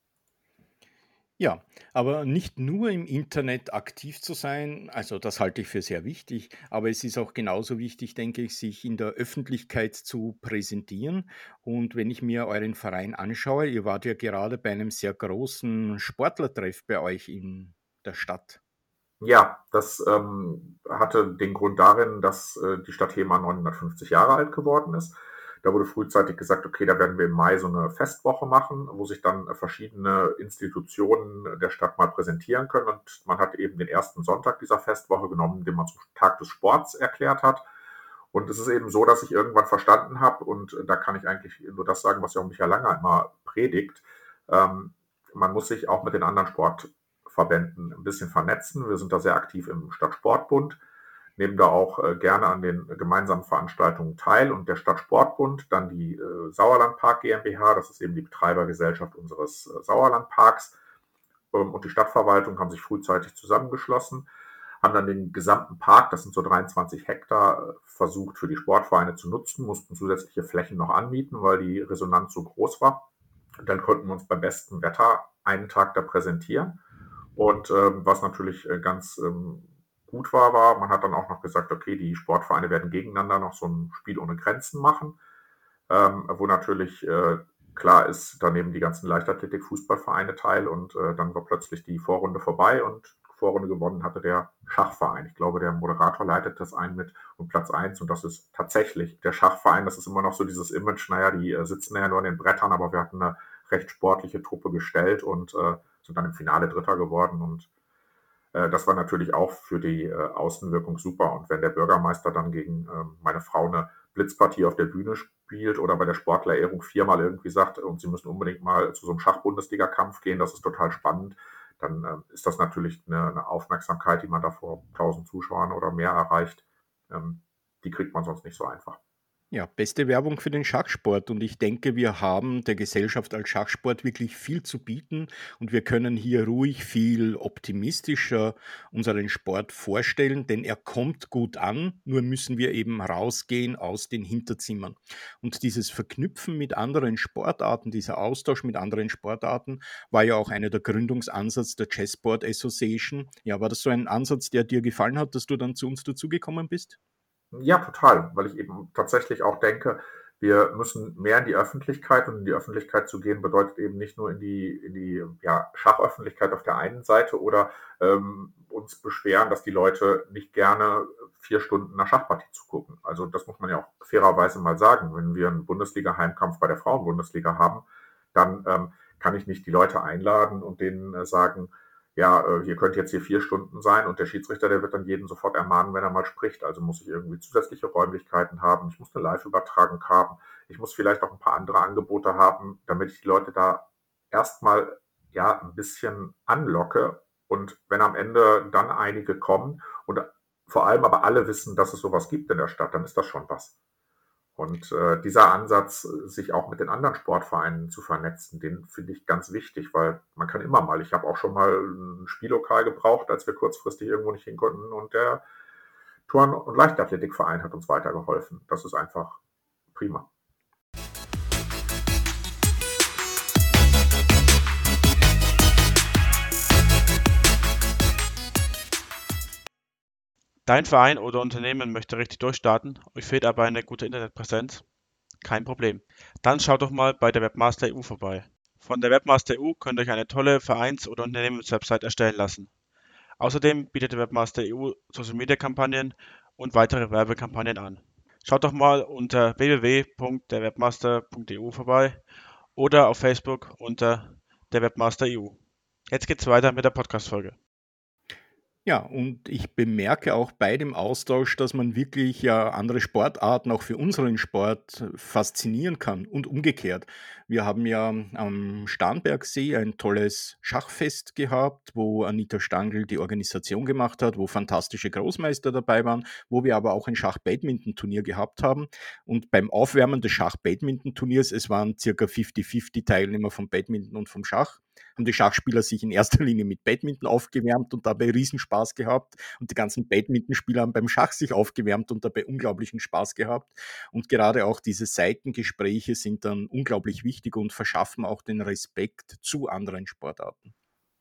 Ja, aber nicht nur im Internet aktiv zu sein, also das halte ich für sehr wichtig, aber es ist auch genauso wichtig, denke ich, sich in der Öffentlichkeit zu präsentieren. Und wenn ich mir euren Verein anschaue, ihr wart ja gerade bei einem sehr großen Sportlertreff bei euch in der Stadt. Ja, das ähm, hatte den Grund darin, dass äh, die Stadt Hemer neunhundertfünfzig Jahre alt geworden ist. Da wurde frühzeitig gesagt, okay, da werden wir im Mai so eine Festwoche machen, wo sich dann äh, verschiedene Institutionen der Stadt mal präsentieren können. Und man hat eben den ersten Sonntag dieser Festwoche genommen, den man zum Tag des Sports erklärt hat. Und es ist eben so, dass ich irgendwann verstanden habe, und äh, da kann ich eigentlich nur das sagen, was ja auch Michael Langer immer predigt, ähm, man muss sich auch mit den anderen Sportverbänden ein bisschen vernetzen. Wir sind da sehr aktiv im Stadtsportbund, nehmen da auch äh, gerne an den gemeinsamen Veranstaltungen teil. Und der Stadtsportbund, dann die äh, Sauerlandpark GmbH, das ist eben die Betreibergesellschaft unseres äh, Sauerlandparks, ähm, und die Stadtverwaltung haben sich frühzeitig zusammengeschlossen, haben dann den gesamten Park, das sind so dreiundzwanzig Hektar, versucht für die Sportvereine zu nutzen, mussten zusätzliche Flächen noch anmieten, weil die Resonanz so groß war. Und dann konnten wir uns beim besten Wetter einen Tag da präsentieren. Und ähm, was natürlich äh, ganz ähm, gut war, war, man hat dann auch noch gesagt, okay, die Sportvereine werden gegeneinander noch so ein Spiel ohne Grenzen machen, ähm, wo natürlich äh, klar ist, da nehmen die ganzen Leichtathletik-Fußballvereine teil und äh, dann war plötzlich die Vorrunde vorbei und Vorrunde gewonnen hatte der Schachverein. Ich glaube, der Moderator leitet das ein mit und Platz eins und das ist tatsächlich der Schachverein. Das ist immer noch so dieses Image, naja, die äh, sitzen ja nur an den Brettern, aber wir hatten eine recht sportliche Truppe gestellt und äh, sind dann im Finale Dritter geworden und äh, das war natürlich auch für die äh, Außenwirkung super. Und wenn der Bürgermeister dann gegen äh, meine Frau eine Blitzpartie auf der Bühne spielt oder bei der Sportlerehrung viermal irgendwie sagt, und sie müssen unbedingt mal zu so einem Schach-Bundesliga-Kampf gehen, das ist total spannend, dann äh, ist das natürlich eine, eine Aufmerksamkeit, die man da vor tausend Zuschauern oder mehr erreicht. Ähm, die kriegt man sonst nicht so einfach. Ja, beste Werbung für den Schachsport und ich denke, wir haben der Gesellschaft als Schachsport wirklich viel zu bieten und wir können hier ruhig viel optimistischer unseren Sport vorstellen, denn er kommt gut an, nur müssen wir eben rausgehen aus den Hinterzimmern. Und dieses Verknüpfen mit anderen Sportarten, dieser Austausch mit anderen Sportarten war ja auch einer der Gründungsansatz der Chessboard Association. Ja, war das so ein Ansatz, der dir gefallen hat, dass du dann zu uns dazugekommen bist? Ja, total, weil ich eben tatsächlich auch denke, wir müssen mehr in die Öffentlichkeit und in die Öffentlichkeit zu gehen bedeutet eben nicht nur in die, in die ja, Schachöffentlichkeit auf der einen Seite oder ähm, uns beschweren, dass die Leute nicht gerne vier Stunden einer Schachpartie zugucken. Also das muss man ja auch fairerweise mal sagen. Wenn wir einen Bundesliga-Heimkampf bei der Frauenbundesliga haben, dann ähm, kann ich nicht die Leute einladen und denen äh, sagen, ja, äh, hier könnte jetzt hier vier Stunden sein und der Schiedsrichter, der wird dann jeden sofort ermahnen, wenn er mal spricht. Also muss ich irgendwie zusätzliche Räumlichkeiten haben, ich muss eine Live-Übertragung haben, ich muss vielleicht auch ein paar andere Angebote haben, damit ich die Leute da erstmal ja ein bisschen anlocke und wenn am Ende dann einige kommen und vor allem aber alle wissen, dass es sowas gibt in der Stadt, dann ist das schon was. Und äh, dieser Ansatz, sich auch mit den anderen Sportvereinen zu vernetzen, den finde ich ganz wichtig, weil man kann immer mal, ich habe auch schon mal ein Spiellokal gebraucht, als wir kurzfristig irgendwo nicht hin konnten und der Turn- und Leichtathletikverein hat uns weitergeholfen. Das ist einfach prima. Dein Verein oder Unternehmen möchte richtig durchstarten, euch fehlt aber eine gute Internetpräsenz. Kein Problem. Dann schaut doch mal bei der Webmaster E U vorbei. Von der Webmaster E U könnt ihr euch eine tolle Vereins- oder Unternehmenswebsite erstellen lassen. Außerdem bietet der Webmaster E U Social-Media-Kampagnen und weitere Werbekampagnen an. Schaut doch mal unter w w w punkt der webmaster punkt e u vorbei oder auf Facebook unter der Webmaster E U. Jetzt geht's weiter mit der Podcast-Folge. Ja, und ich bemerke auch bei dem Austausch, dass man wirklich ja andere Sportarten auch für unseren Sport äh, faszinieren kann und umgekehrt. Wir haben ja am Starnbergsee ein tolles Schachfest gehabt, wo Anita Stangl die Organisation gemacht hat, wo fantastische Großmeister dabei waren, wo wir aber auch ein Schach-Badminton-Turnier gehabt haben. Und beim Aufwärmen des Schach-Badminton-Turniers, es waren circa fünfzig fünfzig Teilnehmer vom Badminton und vom Schach, haben die Schachspieler sich in erster Linie mit Badminton aufgewärmt und dabei Riesenspaß gehabt. Und die ganzen Badmintonspieler haben beim Schach sich aufgewärmt und dabei unglaublichen Spaß gehabt. Und gerade auch diese Seitengespräche sind dann unglaublich wichtig und verschaffen auch den Respekt zu anderen Sportarten.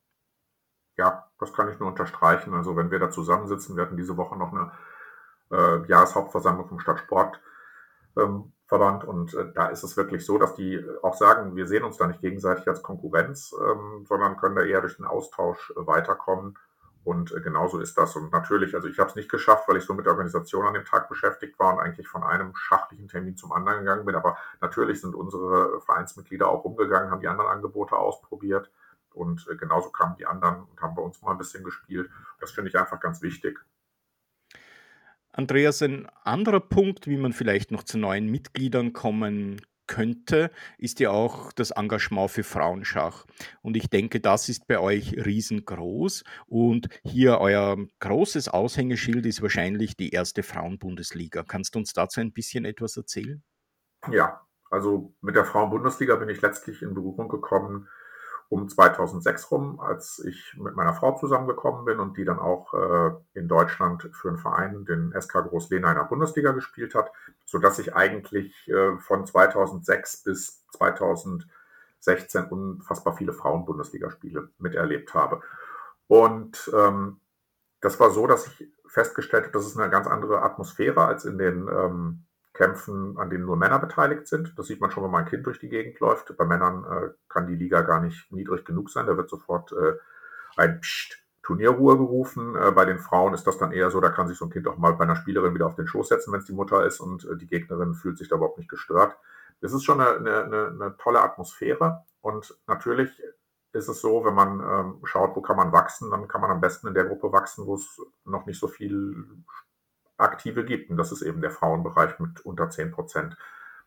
Ja, das kann ich nur unterstreichen. Also wenn wir da zusammensitzen, wir hatten diese Woche noch eine äh, Jahreshauptversammlung vom Stadtsport. Ähm, Verband und äh, da ist es wirklich so, dass die auch sagen, wir sehen uns da nicht gegenseitig als Konkurrenz, ähm, sondern können da eher durch den Austausch äh, weiterkommen und äh, genauso ist das und natürlich, also ich habe es nicht geschafft, weil ich so mit der Organisation an dem Tag beschäftigt war und eigentlich von einem schachlichen Termin zum anderen gegangen bin, aber natürlich sind unsere Vereinsmitglieder auch rumgegangen, haben die anderen Angebote ausprobiert und äh, genauso kamen die anderen und haben bei uns mal ein bisschen gespielt. Das finde ich einfach ganz wichtig. Andreas, ein anderer Punkt, wie man vielleicht noch zu neuen Mitgliedern kommen könnte, ist ja auch das Engagement für Frauenschach. Und ich denke, das ist bei euch riesengroß. Und hier euer großes Aushängeschild ist wahrscheinlich die erste Frauenbundesliga. Kannst du uns dazu ein bisschen etwas erzählen? Ja, also mit der Frauen-Bundesliga bin ich letztlich in Berührung gekommen um zweitausendsechs rum, als ich mit meiner Frau zusammengekommen bin und die dann auch äh, in Deutschland für einen Verein, den S K Groß-Lehna, in der Bundesliga gespielt hat, sodass ich eigentlich äh, von zweitausendsechs bis zweitausendsechzehn unfassbar viele Frauen-Bundesligaspiele miterlebt habe. Und ähm, das war so, dass ich festgestellt habe, das ist eine ganz andere Atmosphäre als in den ähm, Kämpfen, an denen nur Männer beteiligt sind. Das sieht man schon, wenn mal ein Kind durch die Gegend läuft. Bei Männern äh, kann die Liga gar nicht niedrig genug sein. Da wird sofort äh, ein Psst, Turnierruhe gerufen. Äh, bei den Frauen ist das dann eher so, da kann sich so ein Kind auch mal bei einer Spielerin wieder auf den Schoß setzen, wenn es die Mutter ist und äh, die Gegnerin fühlt sich da überhaupt nicht gestört. Das ist schon eine, eine, eine tolle Atmosphäre und natürlich ist es so, wenn man ähm, schaut, wo kann man wachsen, dann kann man am besten in der Gruppe wachsen, wo es noch nicht so viel Aktive gibt. Und das ist eben der Frauenbereich mit unter zehn Prozent.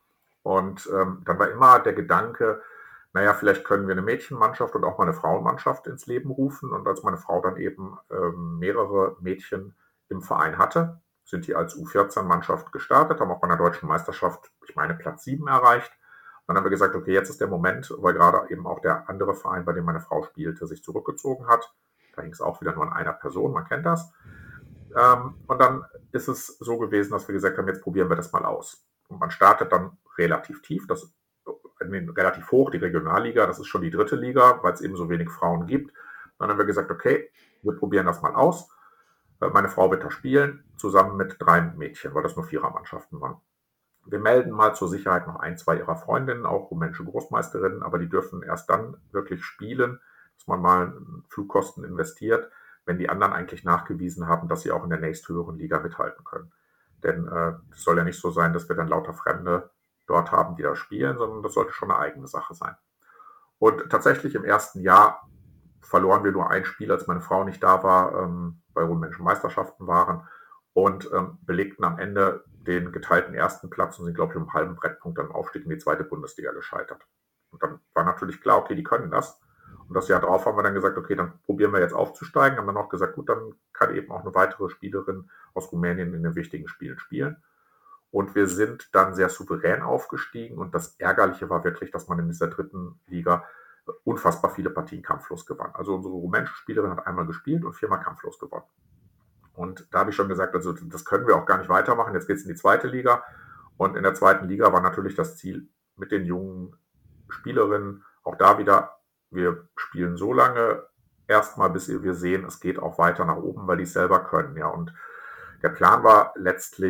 Und ähm, dann war immer der Gedanke, naja, vielleicht können wir eine Mädchenmannschaft und auch mal eine Frauenmannschaft ins Leben rufen. Und als meine Frau dann eben ähm, mehrere Mädchen im Verein hatte, sind die als U vierzehn-Mannschaft gestartet, haben auch bei einer deutschen Meisterschaft, ich meine, Platz sieben erreicht. Und dann haben wir gesagt, okay, jetzt ist der Moment, weil gerade eben auch der andere Verein, bei dem meine Frau spielte, sich zurückgezogen hat. Da hing es auch wieder nur an einer Person, man kennt das. Ähm, und dann ist es so gewesen, dass wir gesagt haben, jetzt probieren wir das mal aus. Und man startet dann relativ tief, das nee, relativ hoch, die Regionalliga, das ist schon die dritte Liga, weil es eben so wenig Frauen gibt. Dann haben wir gesagt, okay, wir probieren das mal aus. Meine Frau wird da spielen, zusammen mit drei Mädchen, weil das nur Vierermannschaften waren. Wir melden mal zur Sicherheit noch ein, zwei ihrer Freundinnen, auch rumänische Großmeisterinnen, aber die dürfen erst dann wirklich spielen, dass man mal Flugkosten investiert, wenn die anderen eigentlich nachgewiesen haben, dass sie auch in der nächsthöheren Liga mithalten können. Denn äh, es soll ja nicht so sein, dass wir dann lauter Fremde dort haben, die da spielen, sondern das sollte schon eine eigene Sache sein. Und tatsächlich im ersten Jahr verloren wir nur ein Spiel, als meine Frau nicht da war, ähm, bei rumänischen Meisterschaften waren und ähm, belegten am Ende den geteilten ersten Platz und sind, glaube ich, um einen halben Brettpunkt am Aufstieg in die zweite Bundesliga gescheitert. Und dann war natürlich klar, okay, die können das. Und das Jahr drauf haben wir dann gesagt, okay, dann probieren wir jetzt aufzusteigen. Haben dann auch gesagt, gut, dann kann eben auch eine weitere Spielerin aus Rumänien in den wichtigen Spielen spielen. Und wir sind dann sehr souverän aufgestiegen. Und das Ärgerliche war wirklich, dass man in dieser dritten Liga unfassbar viele Partien kampflos gewann. Also unsere rumänische Spielerin hat einmal gespielt und viermal kampflos gewonnen. Und da habe ich schon gesagt, also das können wir auch gar nicht weitermachen. Jetzt geht es in die zweite Liga. Und in der zweiten Liga war natürlich das Ziel mit den jungen Spielerinnen auch da wieder, wir spielen so lange erstmal, bis wir sehen, es geht auch weiter nach oben, weil die es selber können. Ja. Und der Plan war letztlich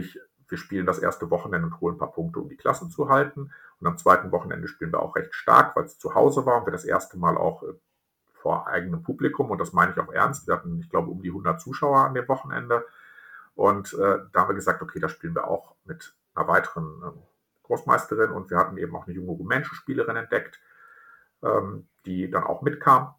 wir spielen das erste Wochenende und holen ein paar Punkte, um die Klasse zu halten. Und am zweiten Wochenende spielen wir auch recht stark, weil es zu Hause war und wir das erste Mal auch äh, vor eigenem Publikum, und das meine ich auch ernst. Wir hatten, ich glaube, um die hundert Zuschauer an dem Wochenende. Und äh, da haben wir gesagt, okay, da spielen wir auch mit einer weiteren ähm, Großmeisterin. Und wir hatten eben auch eine junge rumänische Spielerin entdeckt, ähm, die dann auch mitkam.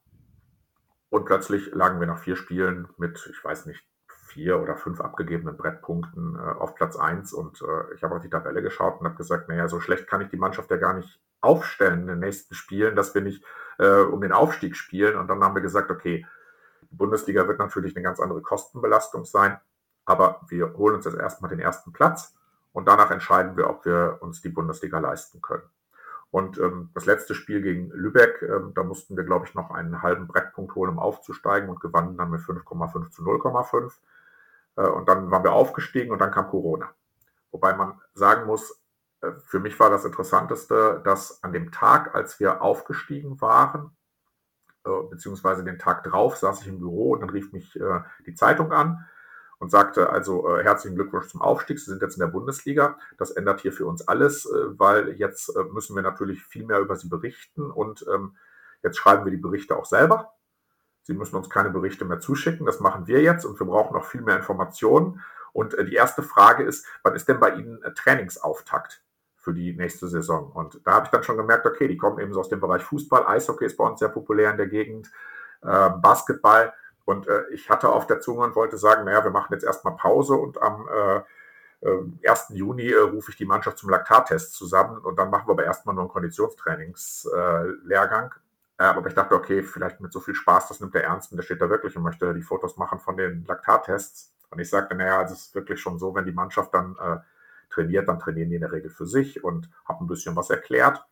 Und plötzlich lagen wir nach vier Spielen mit, ich weiß nicht, vier oder fünf abgegebenen Brettpunkten äh, auf Platz eins. Und äh, ich habe auf die Tabelle geschaut und habe gesagt, naja, so schlecht kann ich die Mannschaft ja gar nicht aufstellen in den nächsten Spielen, dass wir nicht äh, um den Aufstieg spielen. Und dann haben wir gesagt, okay, die Bundesliga wird natürlich eine ganz andere Kostenbelastung sein, aber wir holen uns jetzt erstmal den ersten Platz und danach entscheiden wir, ob wir uns die Bundesliga leisten können. Und ähm, das letzte Spiel gegen Lübeck, ähm, da mussten wir, glaube ich, noch einen halben Brettpunkt holen, um aufzusteigen, und gewannen dann mit fünf Komma fünf zu null Komma fünf. Äh, und dann waren wir aufgestiegen und dann kam Corona. Wobei man sagen muss, äh, für mich war das Interessanteste, dass an dem Tag, als wir aufgestiegen waren, äh, beziehungsweise den Tag drauf, saß ich im Büro und dann rief mich äh, die Zeitung an und sagte, also äh, herzlichen Glückwunsch zum Aufstieg, Sie sind jetzt in der Bundesliga. Das ändert hier für uns alles, äh, weil jetzt äh, müssen wir natürlich viel mehr über Sie berichten und ähm, jetzt schreiben wir die Berichte auch selber. Sie müssen uns keine Berichte mehr zuschicken, das machen wir jetzt und wir brauchen noch viel mehr Informationen. Und äh, die erste Frage ist, wann ist denn bei Ihnen äh, Trainingsauftakt für die nächste Saison? Und da habe ich dann schon gemerkt, okay, die kommen eben so aus dem Bereich Fußball, Eishockey ist bei uns sehr populär in der Gegend, äh, Basketball. Und äh, ich hatte auf der Zunge und wollte sagen, naja, wir machen jetzt erstmal Pause und am äh, äh, ersten Juni äh, rufe ich die Mannschaft zum Laktattest zusammen und dann machen wir aber erstmal nur einen Konditionstrainingslehrgang. Äh, aber ich dachte, okay, vielleicht mit so viel Spaß, das nimmt er ernst und der steht da wirklich und möchte die Fotos machen von den Laktattests. Und ich sagte, naja, also es ist wirklich schon so, wenn die Mannschaft dann äh, trainiert, dann trainieren die in der Regel für sich, und habe ein bisschen was erklärt.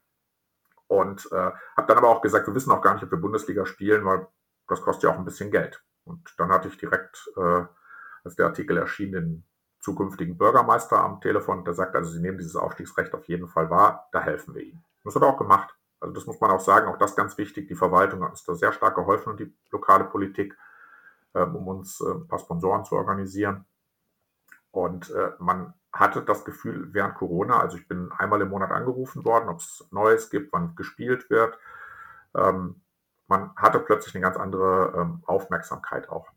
Und äh, habe dann aber auch gesagt, wir wissen auch gar nicht, ob wir Bundesliga spielen, weil das kostet ja auch ein bisschen Geld. Und dann hatte ich direkt, äh, als der Artikel erschien, den zukünftigen Bürgermeister am Telefon, der sagt, also Sie nehmen dieses Aufstiegsrecht auf jeden Fall wahr, da helfen wir Ihnen. Das hat er auch gemacht. Also das muss man auch sagen, auch das ganz wichtig. Die Verwaltung hat uns da sehr stark geholfen und die lokale Politik, äh, um uns äh, ein paar Sponsoren zu organisieren. Und äh, man hatte das Gefühl während Corona, also ich bin einmal im Monat angerufen worden, ob es Neues gibt, wann gespielt wird. Ähm, man hatte plötzlich eine ganz andere ähm, Aufmerksamkeit auch.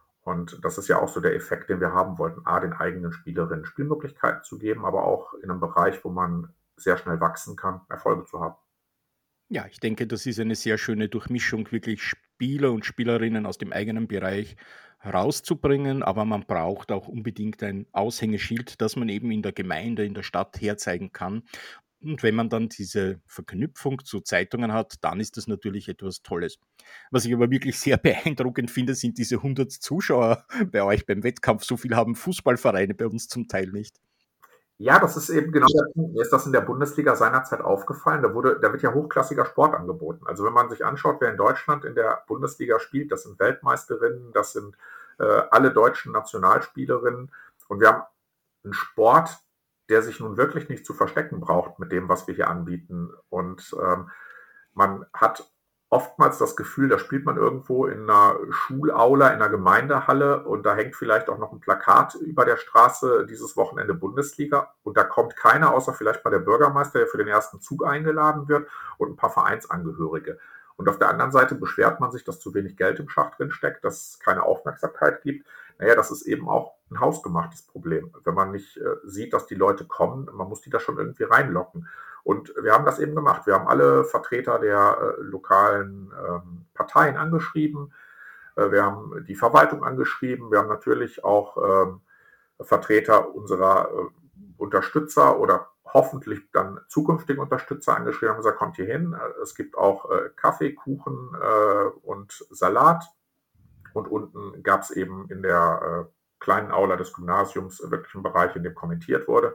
Und das ist ja auch so der Effekt, den wir haben wollten, A, den eigenen Spielerinnen Spielmöglichkeiten zu geben, aber auch in einem Bereich, wo man sehr schnell wachsen kann, Erfolge zu haben. Ja, ich denke, das ist eine sehr schöne Durchmischung, wirklich Spieler und Spielerinnen aus dem eigenen Bereich rauszubringen, aber man braucht auch unbedingt ein Aushängeschild, das man eben in der Gemeinde, in der Stadt herzeigen kann. Und wenn man dann diese Verknüpfung zu Zeitungen hat, dann ist das natürlich etwas Tolles. Was ich aber wirklich sehr beeindruckend finde, sind diese hundert Zuschauer bei euch beim Wettkampf. So viel haben Fußballvereine bei uns zum Teil nicht. Ja, das ist eben genau der Punkt. Mir ist das in der Bundesliga seinerzeit aufgefallen. Da wurde, da wird ja hochklassiger Sport angeboten. Also wenn man sich anschaut, wer in Deutschland in der Bundesliga spielt, das sind Weltmeisterinnen, das sind äh, alle deutschen Nationalspielerinnen. Und wir haben einen Sport, der sich nun wirklich nicht zu verstecken braucht mit dem, was wir hier anbieten. Und ähm, man hat oftmals das Gefühl, da spielt man irgendwo in einer Schulaula, in einer Gemeindehalle und da hängt vielleicht auch noch ein Plakat über der Straße, dieses Wochenende Bundesliga, und da kommt keiner, außer vielleicht mal der Bürgermeister, der für den ersten Zug eingeladen wird, und ein paar Vereinsangehörige. Und auf der anderen Seite beschwert man sich, dass zu wenig Geld im Schach drin steckt, dass es keine Aufmerksamkeit gibt. Naja, das ist eben auch ein hausgemachtes Problem. Wenn man nicht äh, sieht, dass die Leute kommen, man muss die da schon irgendwie reinlocken. Und wir haben das eben gemacht. Wir haben alle Vertreter der äh, lokalen ähm, Parteien angeschrieben. Äh, wir haben die Verwaltung angeschrieben. Wir haben natürlich auch ähm, Vertreter unserer äh, Unterstützer oder hoffentlich dann zukünftige Unterstützer angeschrieben und gesagt, kommt hier hin. Es gibt auch äh, Kaffee, Kuchen äh, und Salat. Und unten gab es eben in der äh, kleinen Aula des Gymnasiums wirklich einen Bereich, in dem kommentiert wurde.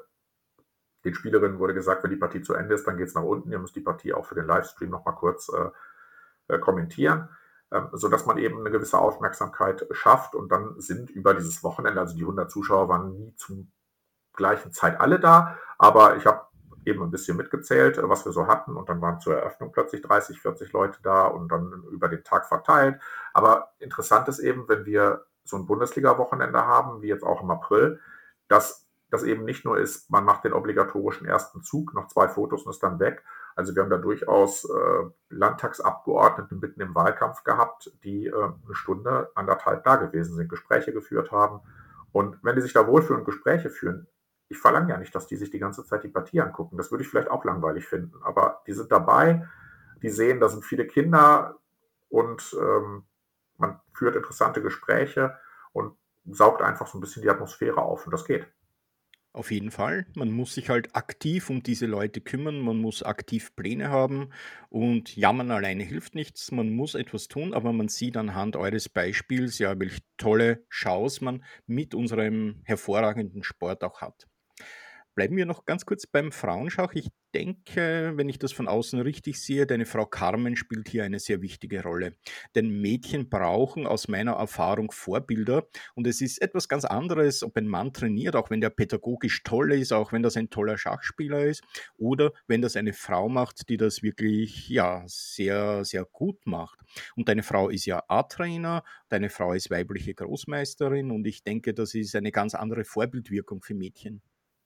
Den Spielerinnen wurde gesagt, wenn die Partie zu Ende ist, dann geht es nach unten. Ihr müsst die Partie auch für den Livestream nochmal kurz äh, kommentieren, äh, sodass man eben eine gewisse Aufmerksamkeit schafft. Und dann sind über dieses Wochenende, also die hundert Zuschauer waren nie zur gleichen Zeit alle da, aber ich habe eben ein bisschen mitgezählt, was wir so hatten. Und dann waren zur Eröffnung plötzlich dreißig, vierzig Leute da und dann über den Tag verteilt. Aber interessant ist eben, wenn wir so ein Bundesliga-Wochenende haben, wie jetzt auch im April, dass das eben nicht nur ist, man macht den obligatorischen ersten Zug, noch zwei Fotos und ist dann weg. Also wir haben da durchaus äh, Landtagsabgeordnete mitten im Wahlkampf gehabt, die äh, eine Stunde, anderthalb da gewesen sind, Gespräche geführt haben. Und wenn die sich da wohlfühlen und Gespräche führen, ich verlange ja nicht, dass die sich die ganze Zeit die Partie angucken. Das würde ich vielleicht auch langweilig finden. Aber die sind dabei, die sehen, da sind viele Kinder und ähm, man führt interessante Gespräche und saugt einfach so ein bisschen die Atmosphäre auf und das geht. Auf jeden Fall. Man muss sich halt aktiv um diese Leute kümmern, man muss aktiv Pläne haben und jammern alleine hilft nichts. Man muss etwas tun, aber man sieht anhand eures Beispiels ja, welche tolle Chance man mit unserem hervorragenden Sport auch hat. Bleiben wir noch ganz kurz beim Frauenschach. Ich denke, wenn ich das von außen richtig sehe, deine Frau Carmen spielt hier eine sehr wichtige Rolle. Denn Mädchen brauchen aus meiner Erfahrung Vorbilder und es ist etwas ganz anderes, ob ein Mann trainiert, auch wenn der pädagogisch toll ist, auch wenn das ein toller Schachspieler ist, oder wenn das eine Frau macht, die das wirklich ja sehr, sehr gut macht. Und deine Frau ist ja A-Trainer, deine Frau ist weibliche Großmeisterin und ich denke, das ist eine ganz andere Vorbildwirkung für Mädchen.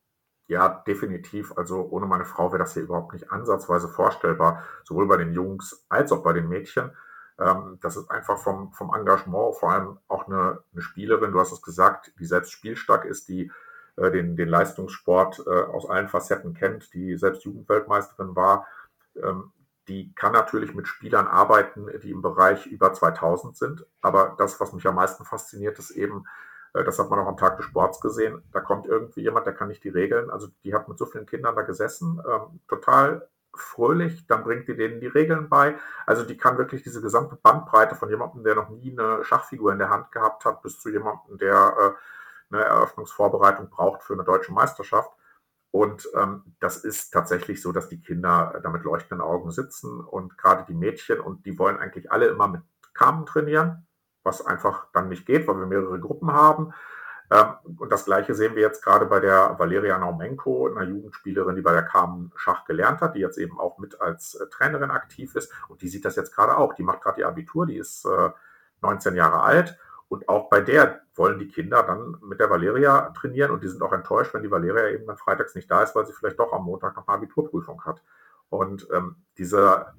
Ja, definitiv. Also ohne meine Frau wäre das hier überhaupt nicht ansatzweise vorstellbar, sowohl bei den Jungs als auch bei den Mädchen. Ähm, das ist einfach vom, vom Engagement, vor allem auch eine, eine Spielerin, du hast es gesagt, die selbst spielstark ist, die äh, den, den Leistungssport äh, aus allen Facetten kennt, die selbst Jugendweltmeisterin war. Ähm, die kann natürlich mit Spielern arbeiten, die im Bereich über zweitausend sind. Aber das, was mich am meisten fasziniert, ist eben, äh, das hat man auch am Tag des Sports gesehen. Da kommt irgendwie jemand, der kann nicht die Regeln. Also die hat mit so vielen Kindern da gesessen, ähm, total fröhlich. Dann bringt die denen die Regeln bei. Also die kann wirklich diese gesamte Bandbreite von jemandem, der noch nie eine Schachfigur in der Hand gehabt hat, bis zu jemandem, der äh, eine Eröffnungsvorbereitung braucht für eine deutsche Meisterschaft. Und ähm, das ist tatsächlich so, dass die Kinder da mit leuchtenden Augen sitzen und gerade die Mädchen, und die wollen eigentlich alle immer mit Carmen trainieren, was einfach dann nicht geht, weil wir mehrere Gruppen haben. Ähm, und das Gleiche sehen wir jetzt gerade bei der Valeria Naumenko, einer Jugendspielerin, die bei der Carmen Schach gelernt hat, die jetzt eben auch mit als äh, Trainerin aktiv ist. Und die sieht das jetzt gerade auch. Die macht gerade ihr Abitur, die ist äh, neunzehn Jahre alt. Und auch bei der wollen die Kinder dann mit der Valeria trainieren und die sind auch enttäuscht, wenn die Valeria eben dann freitags nicht da ist, weil sie vielleicht doch am Montag noch eine Abiturprüfung hat. Und ähm, dieser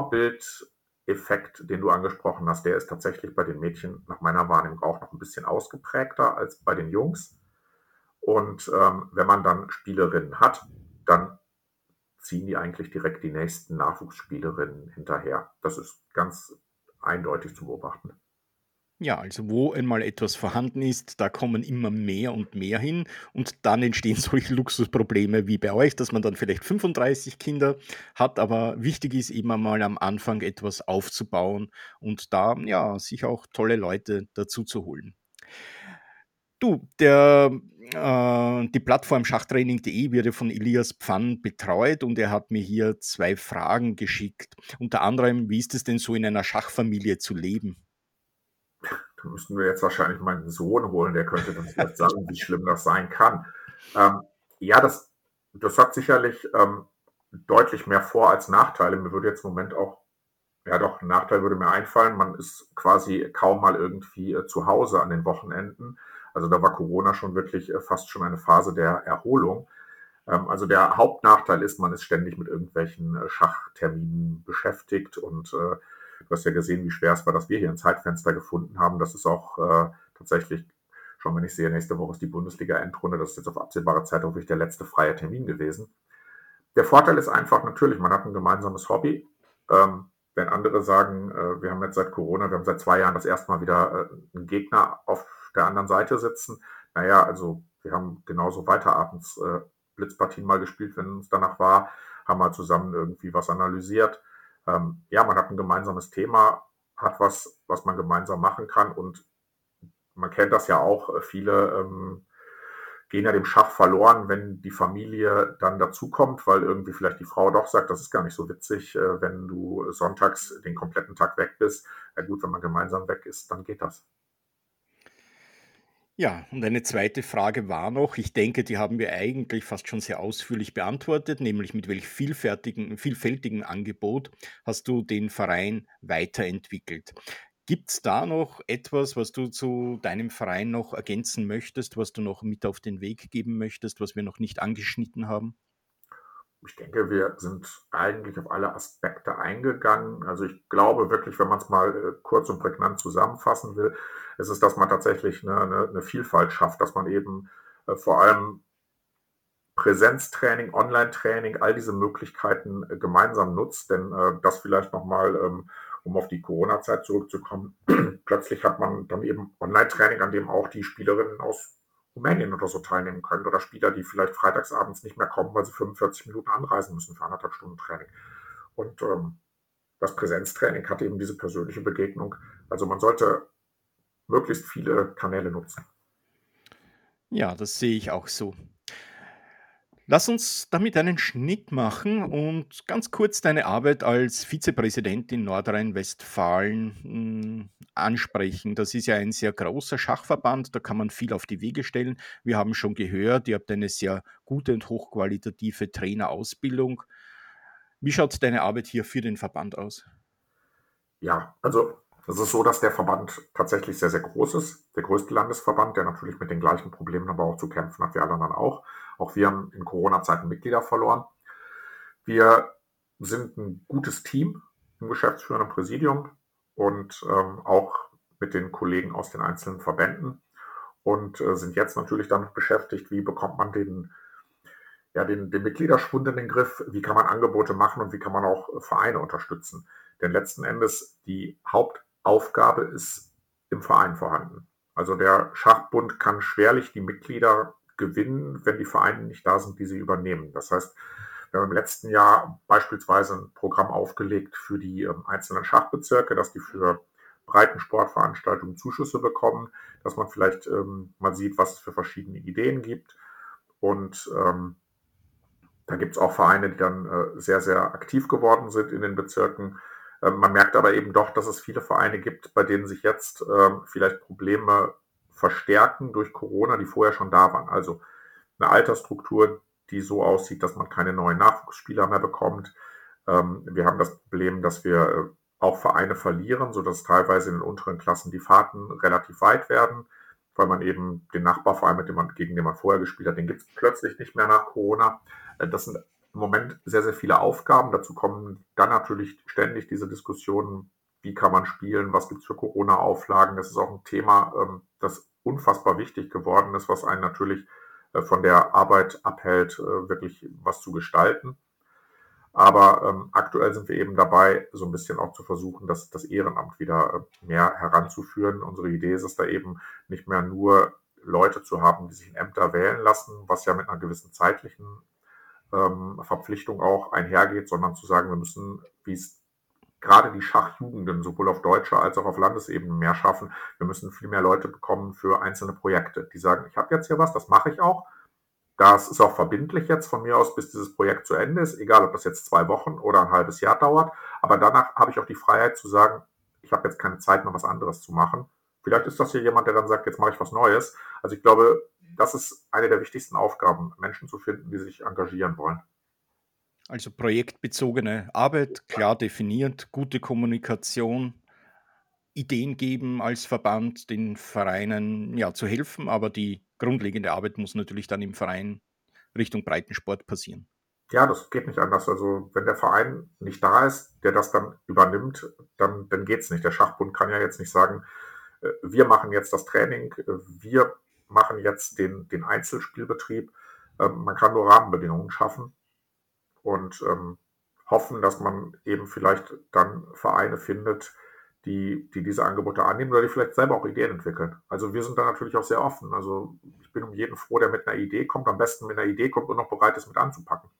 Vorbildeffekt, den du angesprochen hast, der ist tatsächlich bei den Mädchen nach meiner Wahrnehmung auch noch ein bisschen ausgeprägter als bei den Jungs. Und ähm, wenn man dann Spielerinnen hat, dann ziehen die eigentlich direkt die nächsten Nachwuchsspielerinnen hinterher. Das ist ganz eindeutig zu beobachten. Ja, also wo einmal etwas vorhanden ist, da kommen immer mehr und mehr hin und dann entstehen solche Luxusprobleme wie bei euch, dass man dann vielleicht fünfunddreißig Kinder hat, aber wichtig ist eben einmal am Anfang etwas aufzubauen und da ja sich auch tolle Leute dazu zu holen. Du, der, äh, die Plattform schachtraining punkt de wird ja von Elias Pfann betreut und er hat mir hier zwei Fragen geschickt. Unter anderem, wie ist es denn so in einer Schachfamilie zu leben? Da müssten wir jetzt wahrscheinlich meinen Sohn holen, der könnte dann vielleicht sagen, wie schlimm das sein kann. Ähm, ja, das, das hat sicherlich ähm, deutlich mehr Vor- als Nachteile. Mir würde jetzt im Moment auch, ja doch, ein Nachteil würde mir einfallen. Man ist quasi kaum mal irgendwie äh, zu Hause an den Wochenenden. Also da war Corona schon wirklich äh, fast schon eine Phase der Erholung. Ähm, also der Hauptnachteil ist, man ist ständig mit irgendwelchen äh, Schachterminen beschäftigt und äh, du hast ja gesehen, wie schwer es war, dass wir hier ein Zeitfenster gefunden haben. Das ist auch äh, tatsächlich, schon wenn ich sehe, nächste Woche ist die Bundesliga-Endrunde, das ist jetzt auf absehbare Zeit auch wirklich der letzte freie Termin gewesen. Der Vorteil ist einfach natürlich, man hat ein gemeinsames Hobby. Ähm, wenn andere sagen, äh, wir haben jetzt seit Corona, wir haben seit zwei Jahren das erste Mal wieder äh, einen Gegner auf der anderen Seite sitzen, naja, also wir haben genauso weiter abends äh, Blitzpartien mal gespielt, wenn uns danach war, haben mal zusammen irgendwie was analysiert. Ähm, ja, man hat ein gemeinsames Thema, hat was, was man gemeinsam machen kann und man kennt das ja auch, äh, viele ähm, gehen ja dem Schach verloren, wenn die Familie dann dazukommt, weil irgendwie vielleicht die Frau doch sagt, das ist gar nicht so witzig, äh, wenn du sonntags den kompletten Tag weg bist. Ja gut, wenn man gemeinsam weg ist, dann geht das. Ja, und eine zweite Frage war noch, ich denke, die haben wir eigentlich fast schon sehr ausführlich beantwortet, nämlich mit welch vielfältigen, vielfältigen Angebot hast du den Verein weiterentwickelt? Gibt es da noch etwas, was du zu deinem Verein noch ergänzen möchtest, was du noch mit auf den Weg geben möchtest, was wir noch nicht angeschnitten haben? Ich denke, wir sind eigentlich auf alle Aspekte eingegangen. Also ich glaube wirklich, wenn man es mal äh, kurz und prägnant zusammenfassen will, ist es, dass man tatsächlich eine, eine, eine Vielfalt schafft, dass man eben äh, vor allem Präsenztraining, Online-Training, all diese Möglichkeiten äh, gemeinsam nutzt. Denn äh, das vielleicht nochmal, ähm, um auf die Corona-Zeit zurückzukommen, plötzlich hat man dann eben Online-Training, an dem auch die Spielerinnen aus Rumänien oder so teilnehmen können oder Spieler, die vielleicht freitagsabends nicht mehr kommen, weil sie fünfundvierzig Minuten anreisen müssen für anderthalb Stunden Training. Und ähm, das Präsenztraining hat eben diese persönliche Begegnung. Also man sollte möglichst viele Kanäle nutzen. Ja, das sehe ich auch so. Lass uns damit einen Schnitt machen und ganz kurz deine Arbeit als Vizepräsident in Nordrhein-Westfalen hm, ansprechen. Das ist ja ein sehr großer Schachverband, da kann man viel auf die Wege stellen. Wir haben schon gehört, ihr habt eine sehr gute und hochqualitative Trainerausbildung. Wie schaut deine Arbeit hier für den Verband aus? Ja, also es ist so, dass der Verband tatsächlich sehr, sehr groß ist. Der größte Landesverband, der natürlich mit den gleichen Problemen aber auch zu kämpfen hat wie alle anderen auch. Auch wir haben in Corona-Zeiten Mitglieder verloren. Wir sind ein gutes Team im geschäftsführenden Präsidium und ähm, auch mit den Kollegen aus den einzelnen Verbänden und äh, sind jetzt natürlich damit beschäftigt, wie bekommt man den, ja, den, den Mitgliederschwund in den Griff, wie kann man Angebote machen und wie kann man auch äh, Vereine unterstützen. Denn letzten Endes die Hauptaufgabe ist im Verein vorhanden. Also der Schachbund kann schwerlich die Mitglieder gewinnen, wenn die Vereine nicht da sind, die sie übernehmen. Das heißt, wir haben im letzten Jahr beispielsweise ein Programm aufgelegt für die ähm, einzelnen Schachbezirke, dass die für Breitensportveranstaltungen Zuschüsse bekommen, dass man vielleicht ähm, mal sieht, was es für verschiedene Ideen gibt. Und ähm, da gibt es auch Vereine, die dann äh, sehr, sehr aktiv geworden sind in den Bezirken. Ähm, man merkt aber eben doch, dass es viele Vereine gibt, bei denen sich jetzt ähm, vielleicht Probleme verstärken durch Corona, die vorher schon da waren. Also eine Altersstruktur, die so aussieht, dass man keine neuen Nachwuchsspieler mehr bekommt. Ähm, wir haben das Problem, dass wir äh, auch Vereine verlieren, sodass teilweise in den unteren Klassen die Fahrten relativ weit werden, weil man eben den Nachbarverein, mit dem man, gegen den man vorher gespielt hat, den gibt es plötzlich nicht mehr nach Corona. Äh, das sind im Moment sehr, sehr viele Aufgaben. Dazu kommen dann natürlich ständig diese Diskussionen, wie kann man spielen, was gibt es für Corona-Auflagen. Das ist auch ein Thema, ähm, das unfassbar wichtig geworden ist, was einen natürlich äh, von der Arbeit abhält, äh, wirklich was zu gestalten. Aber ähm, aktuell sind wir eben dabei, so ein bisschen auch zu versuchen, das, das Ehrenamt wieder äh, mehr heranzuführen. Unsere Idee ist es da eben nicht mehr nur Leute zu haben, die sich in Ämter wählen lassen, was ja mit einer gewissen zeitlichen ähm, Verpflichtung auch einhergeht, sondern zu sagen, wir müssen, wie es gerade die Schachjugenden sowohl auf deutscher als auch auf Landesebene mehr schaffen. Wir müssen viel mehr Leute bekommen für einzelne Projekte, die sagen, ich habe jetzt hier was, das mache ich auch. Das ist auch verbindlich jetzt von mir aus, bis dieses Projekt zu Ende ist, egal ob das jetzt zwei Wochen oder ein halbes Jahr dauert. Aber danach habe ich auch die Freiheit zu sagen, ich habe jetzt keine Zeit mehr, was anderes zu machen. Vielleicht ist das hier jemand, der dann sagt, jetzt mache ich was Neues. Also ich glaube, das ist eine der wichtigsten Aufgaben, Menschen zu finden, die sich engagieren wollen. Also projektbezogene Arbeit, klar definiert, gute Kommunikation, Ideen geben als Verband, den Vereinen ja zu helfen, aber die grundlegende Arbeit muss natürlich dann im Verein Richtung Breitensport passieren. Ja, das geht nicht anders. Also wenn der Verein nicht da ist, der das dann übernimmt, dann, dann geht es nicht. Der Schachbund kann ja jetzt nicht sagen, äh, wir machen jetzt das Training, äh, wir machen jetzt den, den Einzelspielbetrieb. Ähm, man kann nur Rahmenbedingungen schaffen und ähm, hoffen, dass man eben vielleicht dann Vereine findet, die, die diese Angebote annehmen oder die vielleicht selber auch Ideen entwickeln. Also wir sind da natürlich auch sehr offen. Also ich bin um jeden froh, der mit einer Idee kommt, am besten mit einer Idee kommt und noch bereit ist, mit anzupacken.